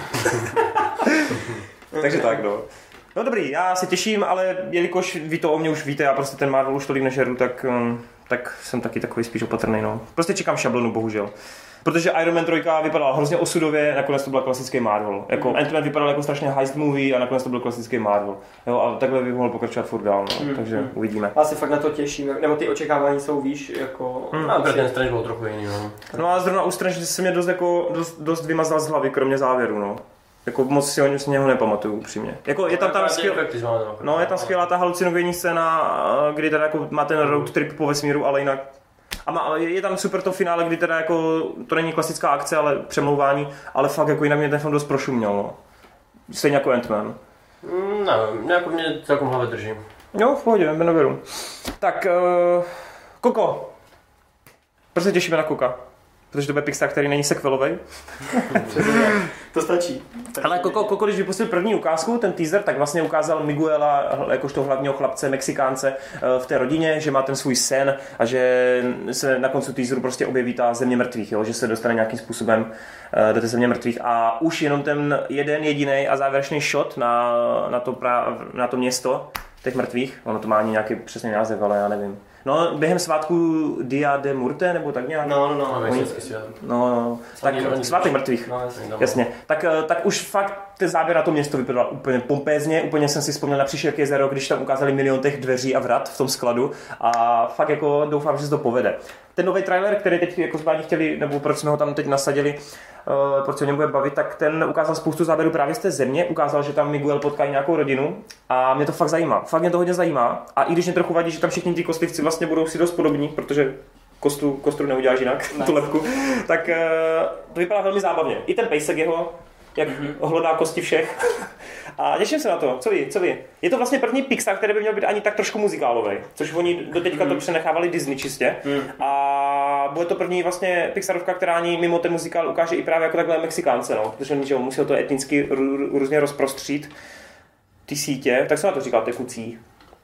Takže tak, no. No dobrý, já se těším, ale jelikož vy to o mě už víte, já prostě ten Marvel už tolik nežeru, tak, tak jsem taky takový spíš opatrný, no. Prostě čekám šablonu, bohužel. Protože Iron Man tři vypadal hrozně osudově, nakonec to byl klasický Marvel. Jako mm. Ant-Man vypadal jako strašně heist movie a nakonec to byl klasický Marvel. Jo, a takhle bych mohl pokračovat furt dál, no. mm. takže mm. uvidíme. Já se fakt na to těším, nebo ty očekávání jsou, víš, jako... Mm. A ten Strange byl trochu jiný, no. No a zrovna u Strange se mě dost, jako, dost, dost vymazal z hlavy, kromě závěru, no. Jako moc si o něho nepamatuju, upřímně. Jako je tam, tam skvěl... no, je tam skvělá ta halucinogenní scéna, kdy teda jako má ten road trip po vesmíru, ale jinak... A má, je tam super to finále, kdy teda jako, to není klasická akce, ale přemlouvání, ale fakt jako jinak mě ten film dost prošuměl, no. Stejně jako Ant-Man. Mm, ne, jako mě celkom hlavě drží. Jo, v pohodě, jdeme věru. Tak, uh, Koko. Proč se těšíme na Koka? Protože to bude Pixar, který není sequelovej. To stačí. Ale Koko, Koko, když vypustil první ukázku, ten teaser, tak vlastně ukázal Miguela, jakožto hlavního chlapce, Mexikánce v té rodině, že má ten svůj sen a že se na konci teaseru prostě objeví ta země mrtvých, jo? Že se dostane nějakým způsobem do té země mrtvých a už jenom ten jeden jediný a závěrečný shot na, na, to, pra, na to město těch mrtvých, ono to má ani nějaký přesný název, ale já nevím. No, během svátku Dia de Murte, nebo tak nějak? No, no, no. Oni, no, no. Tak svátek mrtvých, no, jasně. Tak, tak už fakt ten záběr na to město vypadal úplně pompézně, úplně jsem si vzpomněl na Příšerky jezero, když tam ukázali milion těch dveří a vrat v tom skladu a fakt jako doufám, že se to povede. Ten nový trailer, který teď jako jsme chtěli, nebo proč jsme ho tam teď nasadili, uh, proč se o něm bude bavit, tak ten ukázal spoustu záběrů právě z té země, ukázal, že tam Miguel potká nějakou rodinu a mě to fakt zajímá, fakt mě to hodně zajímá a i když mě trochu vadí, že tam všichni ti kostlivci vlastně budou si dost podobní, protože kostru, kostru neuděláš jinak, tu lepku, tak uh, to vypadá velmi zábavně. I ten pejsek jeho, jak mm-hmm. hlodá kosti všech. A těším se na to. Co vy? Co vy? Je to vlastně první Pixar, který by měl být ani tak trošku muzikálový, což oni do teďka mm. to přenechávali Disney čistě. Mm. A bude to první vlastně Pixarovka, která ani mimo ten muzikál ukáže i právě jako takhle Mexikánce, no, protože oni musel to etnicky různě rozprostřít ty sítě. Tak co na to říkáte, kucí?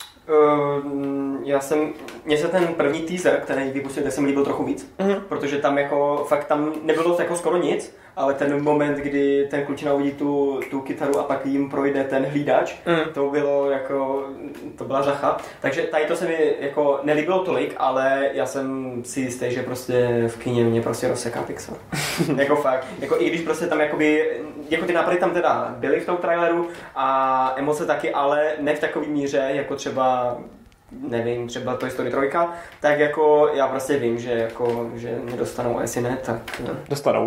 Uh, já jsem, mně se ten první teaser, který vypustil, tak se mi líbil trochu víc, mm-hmm. protože tam jako, fakt tam nebylo jako skoro nic, ale ten moment, kdy ten klučina uvidí tu, tu kytaru a pak jim projde ten hlídač, mm. to bylo jako, to byla řacha. Takže tady to se mi jako nelíbilo tolik, ale já jsem si jistý, že prostě v kině mě prostě rozseká Pixar. Jako fakt, jako i když prostě tam jakoby, jako ty nápady tam teda byly v tom traileru a emoce taky, ale ne v takové míře, jako třeba nevím, třeba Toy Story tři, tak jako já prostě vím, že jako, že mě dostanou, a jestli ne, tak... Dostanou.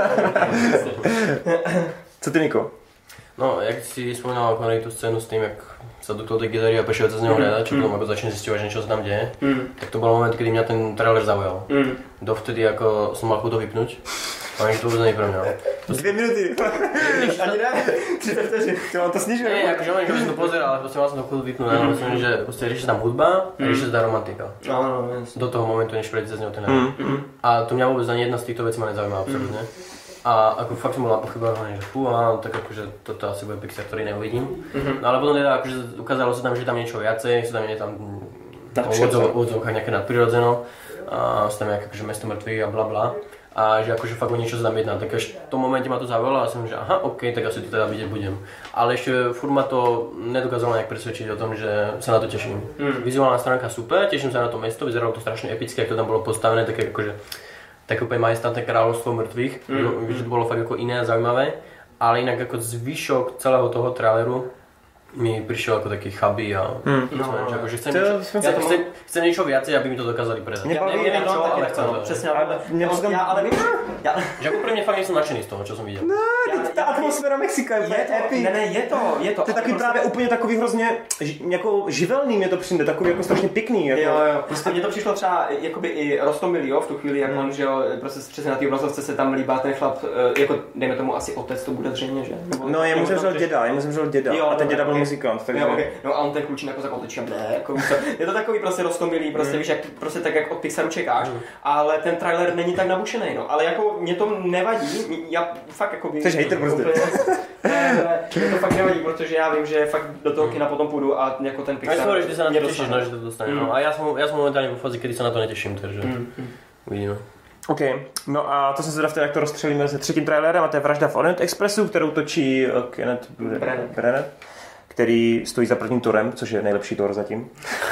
Co ty, Niko? No, jak si vzpomínal Connery tú scénu s tým, jak sa dotkol tej gitary a prešiel cez neho hľadať, čo potom ako začne zisťovať, že niečo sa tam deje, mm. tak to bol moment, kedy mňa ten trailer zaujal. Mm. Dovtedy ako som mal chuť to vypnúť, ale to vôbec nie pre mňa. Dvě minuty. Ani ne? třicet vteřin. Ty vám to snižuje. Nie, akože moment, keď som to pozeral, ale proste mal som to chuť vypnúť, ale myslím, že proste rieši tam hudba a rieši tá romantika. No, no, jasne. Do toho momentu, než prejde cez neho ten hľad. A to mňa vôbec ani jedna z týchto vecí ma nezaujíma, absolútne. A ako fakt som bola pochybovaný, že fú, áno, tak akože toto asi bude Pixar, ktorý neuvidím. Mm-hmm. No ale potom teda akože ukázalo sa tam, že tam niečo viacej, sú tam nie tam v odzovkách nejaké nadprirodzeno, a sú tam nejaké akože mesto mŕtvych a bla bla. a že akože fakt o niečo sa tam jedná, tak až v tom momente ma to zaujalo a som že aha, ok, tak asi to teda vidieť budem. Ale ešte furt ma to nedokázalo nejak presvedčiť o tom, že sa na to teším. Mm. Vizuálna stránka super, teším sa na to mesto, vyzeralo to strašne epické, ako to tam bolo postavené, také akože také úplne majestátne kráľovstvo mŕtvych, mm. že to bolo fakt ako iné a zaujímavé, ale inak ako zvyšok celého toho traileru mi prišiel ako taký chabý a hmm. no, no, no. Akože chcem, to, niečo, ja chcem, chcem niečo viacej, aby mi to dokázali predať. Ja neviem čo, ale chcem to. Přesně, ale, ale, ja, ale víš, ja. Že ako pre mňa fakt nie som nadšený z toho, čo som videl. No, ja, tá atmosféra Mexika je, je epic. Ne, ne, je to, je to. To je taky prostě... právě úplně takový hrozně jako živelný mě to přijde, takový jako strašně pěkný. Jako. Jo, jo, prostě mně to přišlo třeba jakoby i Rostomil, jo, v tu chvíli, jak hmm. on, že jo, prostě přesně na té obrazovce se tam líbá ten chlap, jako dejme tomu asi otec, to bude zřejmě, že? Nebo, no, jemu zemřel děda, jemu zemřel děda a ten děda byl muzikant, takže... No a on ten klučín jako zakotečí a blé, jako je to takový prostě roztomilý, prostě mm. víš, jak, prostě tak jak od Pixaru čekáš, mm. ale ten trailer není tak nabušený, no, ale jako mě to nevadí, já fakt jako by... Jsi hater prostě. Ne, mě to fakt nevadí, protože já vím, že fakt do toho kina potom půjdu a jako ten Pixar... Ale skoro, že sa na to tešíš, no, že to dostane, mm. no a já jsem, já jsem momentálně v fázi, kdy se na to neteším, takže mm. uvidíme. OK, no a to jsem se teda jak to rozstřelíme se třetím trailerem a to je Vražda v Orient Expressu, kterou točí Kenneth Branagh, který stojí za prvním Torem, což je nejlepší Tor zatím.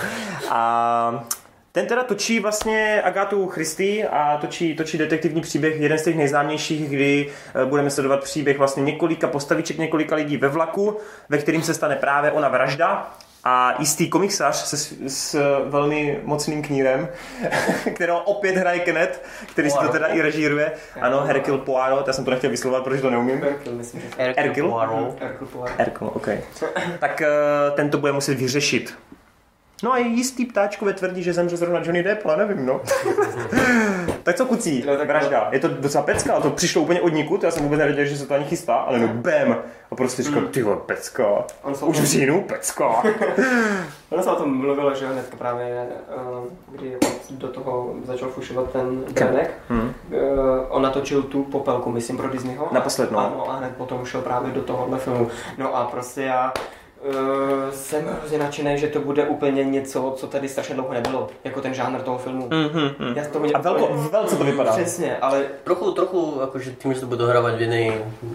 A ten teda točí vlastně Agatu Christie a točí, točí detektivní příběh, jeden z těch nejznámějších, kdy budeme sledovat příběh vlastně několika postaviček, několika lidí ve vlaku, ve kterým se stane právě ona vražda. A jistý komiksař se s, s velmi mocným knírem, kterého opět hraje Kenneth, který si to teda i režíruje. Ano, Hercule Poirot, já jsem to nechtěl vyslovovat, protože to neumím. Hercule, myslím, že Hercule Poirot. Hercule, ok. Tak ten to bude muset vyřešit. No a jistý ptáčkové tvrdí, že zemře zrovna Johnny Depp, ale nevím, no. Tak co kucí, no, tak vražda. Je to docela pecka, to přišlo úplně od nikud, já jsem vůbec nevěděl, že se to ani chystá, ale no bam. A prostě říkal, ty vole, pecka. Už v říjnu, pecka. Ono se o tom mluvilo, že hnedka právě, kdy do toho začal fušovat ten Branagh. Hmm. On natočil tu Popelku, myslím, pro Disneyho. Naposled, no. Ano, a hned potom šel právě do tohohle filmu. No a prostě já Uh, jsem hrozně nadšený, že to bude úplně něco, co tady strašně dlouho nebylo, jako ten žánr toho filmu. Mm-hmm. Já to a velko, úplně... velce to vypadá. Přesně, ale... Trochu, trochu, akože tým, že to bude dohrávať v jednej,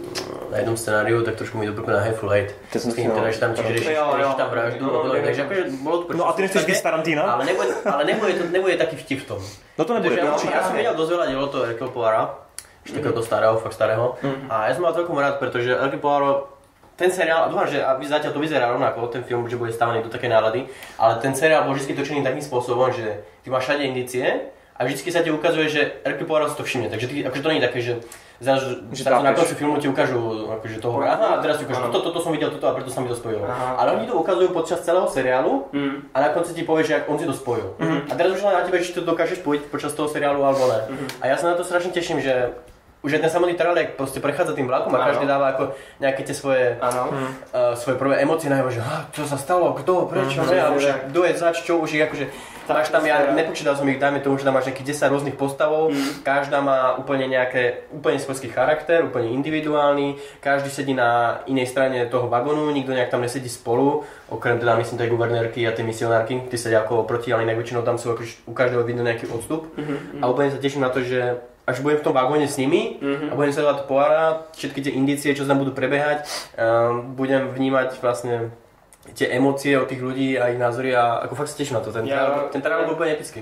na jednom scenáriu, tak trošku mi to pripomína Hateful Eight. To jsem teda, že tam tiež riešiš tam vraždu, no, no, takže akože bolo to... No a ty nechceš byť Tarantina? Ale nebude, ale nebude, to, nebude taký vtip v tom. No to nebude, to určite. Ja som videl dosť veľa dielov toho Hercule Poirota, ešte takého starého, fakt starého. A ja som mal celkom rád, pretože Hercule Poirot ten seriál, a dúfam, že zatiaľ to vyzerá rovnako, ten film, že bude stávaný do takej nálady, ale ten seriál bol vždy točený takým spôsobom, že ty máš všade indície a vždy sa ti ukazuje, že Hercule Poirot si to všimne, takže ty, akože to nie je také, že zrazu, že sa na konci filmu ti ukážu akože toho, aha, a teraz ti ukážu, toto, toto som videl, toto a preto sa mi to spojilo. Aha. Ale oni to ukazujú počas celého seriálu mm. a na konci ti povie, že on si to spojil. Mm. A teraz už len na tebe, či to dokážeš spojiť počas toho seriálu alebo ne. Mm. A ja sa na to strašne teším, že už aj ten samotný trailer proste prechádza tým vlakom a každý dáva ako nejaké tie svoje, uh, svoje prvé emócie na jeho, že čo sa stalo, kto, prečo, ne, a už kto je zač, čo, už ich akože, máš tam, ja nepočítal som ich, dajme tomu, že tam máš nejakých desať rôznych postavov, mm. každá má úplne nejaké, úplne svojský charakter, úplne individuálny, každý sedí na inej strane toho vagónu, nikto nejak tam nesedí spolu, okrem teda myslím tej guvernérky a tej misionárky, tí sedia ako oproti, ale inak väčšinou tam sú akože u každého vidno nejaký odstup mm-hmm. a úplne sa teším na to, že až budem v tom vagóne s nimi mm-hmm. a budem sledovať Poirota, všetky tie indície, čo tam budú prebehať, um, budem vnímať vlastne tie emócie od tých ľudí a ich názory a ako fakt sa teším na to. Ten ja, trailer bol úplne epický.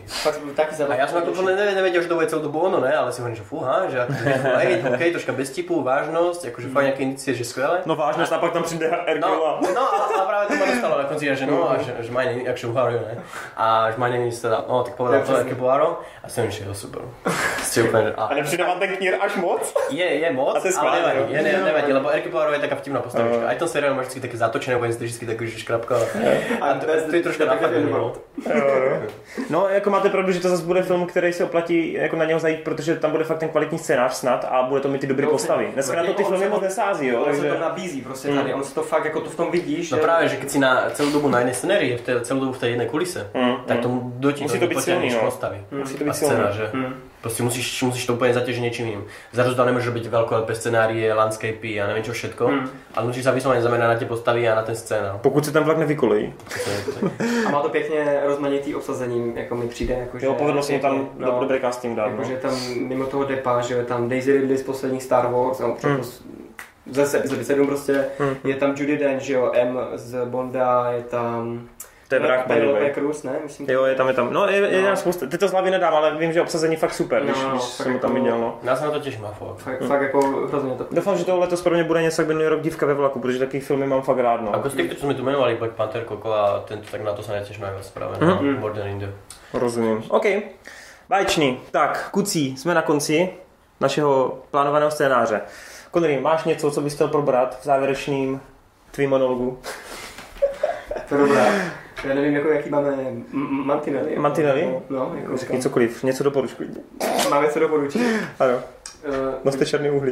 A ja som na to nevedel, že to bude celú dobu ono, ne? Ale si hovorím, že fúha, že akože ok, troška bez tipu, vážnosť, akože fakt nejaké indície, že skvelé. No vážnosť a pak tam přijde Hercule. No, no a práve to ma dostalo na konci, že no, a že, že my name, akže uhárujú, ne? A že my name is teda, no tak povedal to Hercule Poirot a som že jo, super. Ste úplne, a nepřijde vám ten knír až moc? Je, je moc, ale nevadí, je, nevadí, lebo Hercule Poirot je taká vtipná postavička. Aj ten seriál má vždy také zatočené, bude vždy taký škrapka. A to, to je trošku napadný, no. No, jako máte pravdu, že to zase bude film, který se oplatí jako na něho zajít, protože tam bude fakt ten kvalitní scénář snad a bude to mít ty dobré postavy. Dneska na to ty filmy moc nesází, jo. On takže... se to nabízí prostě tady, on se to fakt jako to v tom vidíš. No že... právě, že keď si na celou dobu na jedné scenérii, v té, celou dobu v té jedné kulise, mm, tak tomu dotí musí to být silný, no. postavy. Musí to být silný. Hmm. Proste musíš, musíš to úplne zaťažiť niečím iným. Zrazu to nemôže byť veľkolepé scenárie, landscapy a neviem čo všetko, mm. ale musíš sa vyslovene zamerať na tie postavy a na ten scénár. Pokud se ten vlak nevykolejí. A má to pěkně rozmanitý obsazení, jako mi přijde. Jako, jo, povedlo se mi tam no, dobrý casting dát. Jakože no. tam mimo toho Deppa, že je tam Daisy Ridley z posledních Star Wars, no, mm. zase epizody sedm prostě, mm. je tam Judi Dench, že jo, M z Bonda, je tam... To je vrah, by the way. Ne? Myslím, jo, je tam, je tam. No, je, je no. spousta. Ty to z hlavy nedám, ale vím, že obsazení fakt super, no, když, no, když jsem ho tam jako, viděl, no. Já se na to těším, fakt. Fakt, hmm. fakt jako hrozně to. Doufám, že to letos pro mě bude něco, jak Minulý rok Dívka ve vlaku, protože takový filmy mám fakt rád, no. Ako z těch, co jsme tu jmenovali, Black Panther, Coco a tento, tak na to se netěším najvíc právě, mm. no, More Than India. Rozumím. OK. Báječný. Tak, kucí, jsme na konci našeho plánovaného scénáře. Connery, máš něco, co bys chtěl probrat v závěrečným tvým monologu? Probrat. Já nevím, jako, jaký máme mantinely. Mantinely? No, jako řekni cokoliv, něco doporučuj. Máme co doporučit? Ano. Uh, Noste černý uhlí.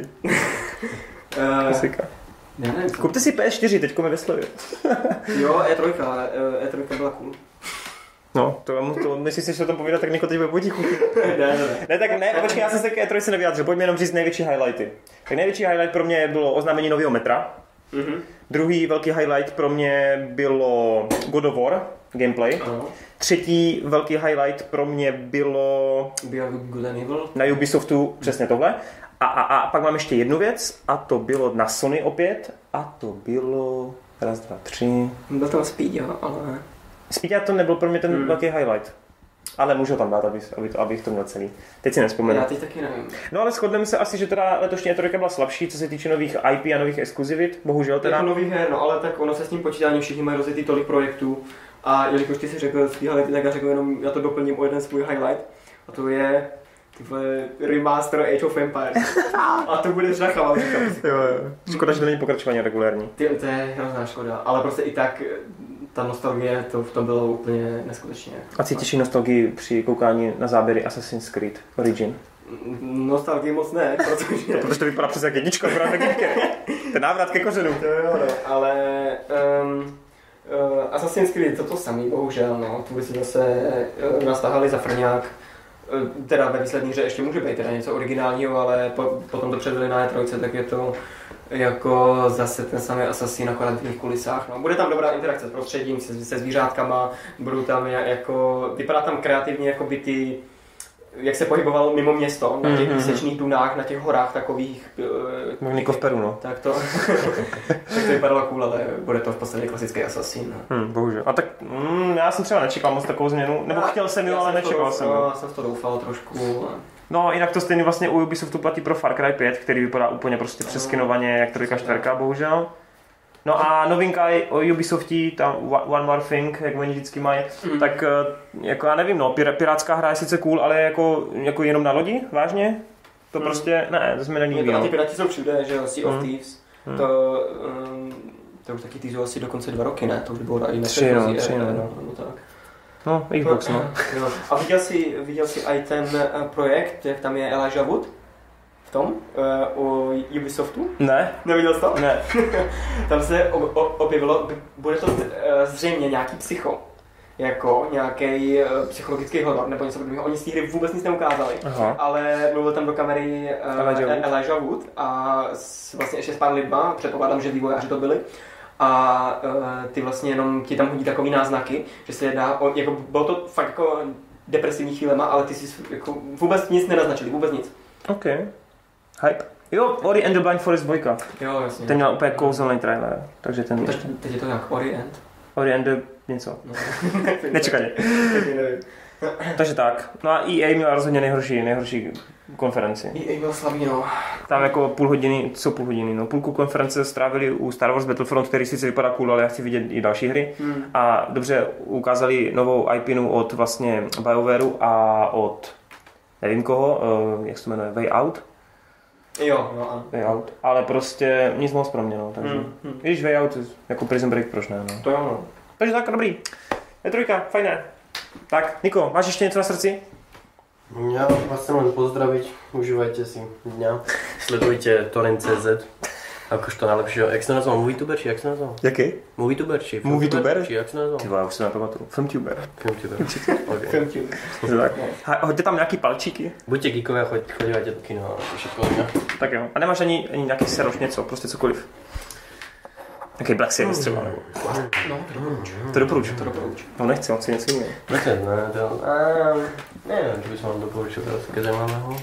Klasika. Uh, Kupte si P S čtyři, teďko mi ve slevě. Jo, E tři, E tři byla cool. No, to, to myslíš si, že to povídat, tak Niko teď bude potichu. ne, ne, ne. Ne, tak ne, počkej, já jsem se k E tři se nevyjádřil, pojďme jenom říct největší highlighty. Tak největší highlight pro mě bylo oznámení nového metra. Mm-hmm. Druhý velký highlight pro mě bylo God of War gameplay. Uh-huh. Třetí velký highlight pro mě bylo Good and Evil. Na Ubisoftu přesně tohle. A, a, a pak mám ještě jednu věc a to bylo na Sony opět a to bylo raz, dva, tři. Byl tam Speed, jo, ale... Speed to nebyl pro mě ten hmm. velký highlight. Ale můžu tam dát, abych, abych, to, abych to měl celý. Teď si nespomenu. Já teď taky nevím. No ale shodneme se asi, že teda letošní E tři byla slabší, co se týče nových I P a nových exkluzivit. Bohužel teda. Jako nových her, no ale tak ono se s tím počítá, všichni mají rozjetý tolik projektů. A jelikož ty si řekl svý highlighty, tak já řekl jenom, já to doplním o jeden svůj highlight. A to je tyhle remaster Age of Empires. A to bude řacha, vám říkám. Jo, jo. Škoda, že to není pokračování regulární. Ty, to je hrozná škoda, ale prostě i tak ta nostalgie, to v tom bylo úplně neskutečně. A cítíš i nostalgii při koukání na záběry Assassin's Creed Origin? Nostalgii moc ne, protože... to, protože to vypadá přes jak jednička, akorát tak dítě. Ten návrat ke kořenu. To jo, no, ale... Um, uh, Assassin's Creed to to samý, bohužel, no. Tvůrci zase uh, nás tahali za frňák. Uh, teda ve výslední hře ještě může být teda něco originálního, ale po, potom to předvili na E tři, tak je to jako zase ten samý Assassin, akorát v jiných kulisách. No. Bude tam dobrá interakce s prostředím, se, se zvířátkama, budou tam jako... Vypadá tam kreativně jako by ty... Jak se pohyboval mimo město, na těch výsečných dunách, na těch horách takových... Niko v Peru, no. Tak to, tak to vypadalo cool, ale bude to v podstatě klasický Assassin. No. Hmm, bohužel. A tak mm, já jsem třeba nečekal moc takovou změnu, nebo já, chtěl jsem jo, ale nečekal jsem. No, já jsem v to doufal trošku. No, jinak to stejně vlastně u Ubisoftu platí pro Far Cry pět, který vypadá úplně prostě přeskinovaně jak trojka, čtverka, bohužel. No a novinka o Ubisofti, tam One More Thing, jak oni vždycky mají, mm. tak jako já nevím, no, pirátská hra je sice cool, ale jako, jako jenom na lodi, vážně? To mm. prostě, ne, to jsme nelíbí. No. A ty piráti jsou všude, že jo, Sea of Thieves, mm. to, um, to už taky týzou asi dokonce dva roky, ne? To už bylo i na tři, no, tři, no. no, no tak. No, Xbox, no. no. A viděl jsi, viděl jsi i ten projekt, jak tam je Elijah Wood? Tom, uh, u Ubisoftu? Ne. Neviděl jsi to? Ne. Tam se objevilo, bude to uh, zřejmě nějaký psycho, jako nějaký uh, psychologický horor, nebo něco podobného. Oni z té hry vůbec nic neukázali, aha, ale mluvil tam do kamery uh, Elijah, Wood. Elijah Wood a s, vlastně ještě s pár lidma, předpokládám, že vývojáři to byli. A uh, ty vlastně jenom ti tam hodí takový náznaky, že se dá, jako bylo to fakt jako depresivní chvílema, ale ty si jako vůbec nic nenaznačili, vůbec nic. OK. Hype. Jo, Ori and the Blind Forest dvojka. Jo, jasně. Ten měl úplně kouzelný trailer, takže ten... Teď, teď je to jak Ori and? Ori and the... něco. No. Nečekaně. Takže tak. No a E A měla rozhodně nejhorší, nejhorší konferenci. E A byl slabý, no. Tam jako půl hodiny, co půl hodiny, no. Půlku konference strávili u Star Wars Battlefront, který sice vypadá cool, ale já chci vidět i další hry. Hmm. A dobře ukázali novou I P od vlastně BioWareu a od nevím koho, uh, jak se to jmenuje, Way Out. Jo, no a... Way Out, ale prostě nic moc pro mě, no, takže... Hmm, hmm. Když Way Out, jako Prison Break, proč ne, no. To jo, no. Takže tak, dobrý. Je trojka, fajné. Tak, Niko, máš ještě něco na srdci? Já vás chcem len pozdraviť, užívajte si dňa, sledujte torrent tečka cé zet Jakož to najlepší, jak se nazval? Movietuber, či jak se nazval? Jaký? Movietuber, či Movietuber? Či jak se nazval? Ty vole, už se nepamatuju. Filmtuber. Filmtuber. Okay. Filmtuber. Tak. Hoďte tam nějaký palčíky. Buďte geekové a chodívajte do kina a všechno. Tak jo. A nemáš ani, ani nějaký seroš něco, prostě cokoliv. Jaký Black Series třeba, nebo? No, to doporučuji. To doporučuji. To doporučuji. No nechci, on si něco jiného. Nechci, ne, to... Nevím, čo by som vám doporučil teraz také zajímavého.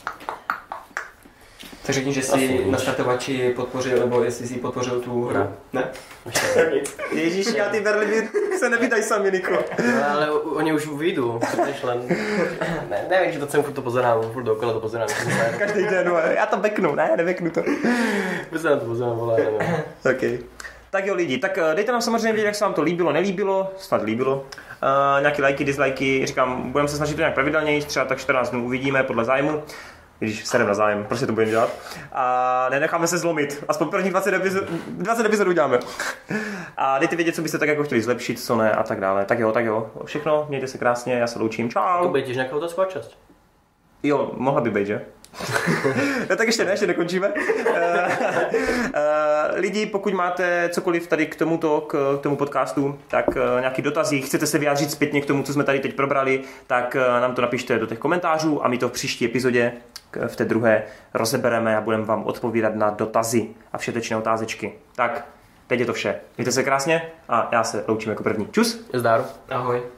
Tak řekni, že jsi na startovači podpořil, nebo jestli jsi podpořil tu hru. Ne. Ne? Ježíši, já ty berlivy se nevydají sami, Niko. No, ale oni už vyjdú, než len... Ne, neviem, či to celú furt to pozerám, furt dookola to pozerám. Každý den, no, já to beknu, ne, neveknu to. Pozerám to pozerám, volá, neviem. Okay. Tak jo lidi, tak dejte nám samozřejmě vědět, jak se vám to líbilo, nelíbilo, snad líbilo. Uh, nějaký lajky, dislajky, říkám, budeme se snažit to nějak pravidelněji, třeba tak čtrnáct dnů uvidíme podle zájmu. Když sedem na zájem, prostě to budeme dělat. A nenecháme se zlomit. Aspoň prvních dvacet epizod, dvacet epizod uděláme. A dejte vědět, co byste tak jako chtěli zlepšit, co ne a tak dále. Tak jo, tak jo. Všechno, mějte se krásně, já se loučím. Čau. To bude tiež nejaká otázka časť? Jo, mohla by být, že? No tak ještě ne, ještě nekončíme. Lidi, pokud máte cokoliv tady k tomuto, k tomu podcastu, tak nějaký dotazy, chcete se vyjádřit zpětně k tomu, co jsme tady teď probrali, tak nám to napište do těch komentářů a my to v příští epizodě, v té druhé, rozebereme a budeme vám odpovídat na dotazy a všetečné otázečky. Tak, teď je to vše. Mějte se krásně a já se loučím jako první. Čus! Zdar. Ahoj.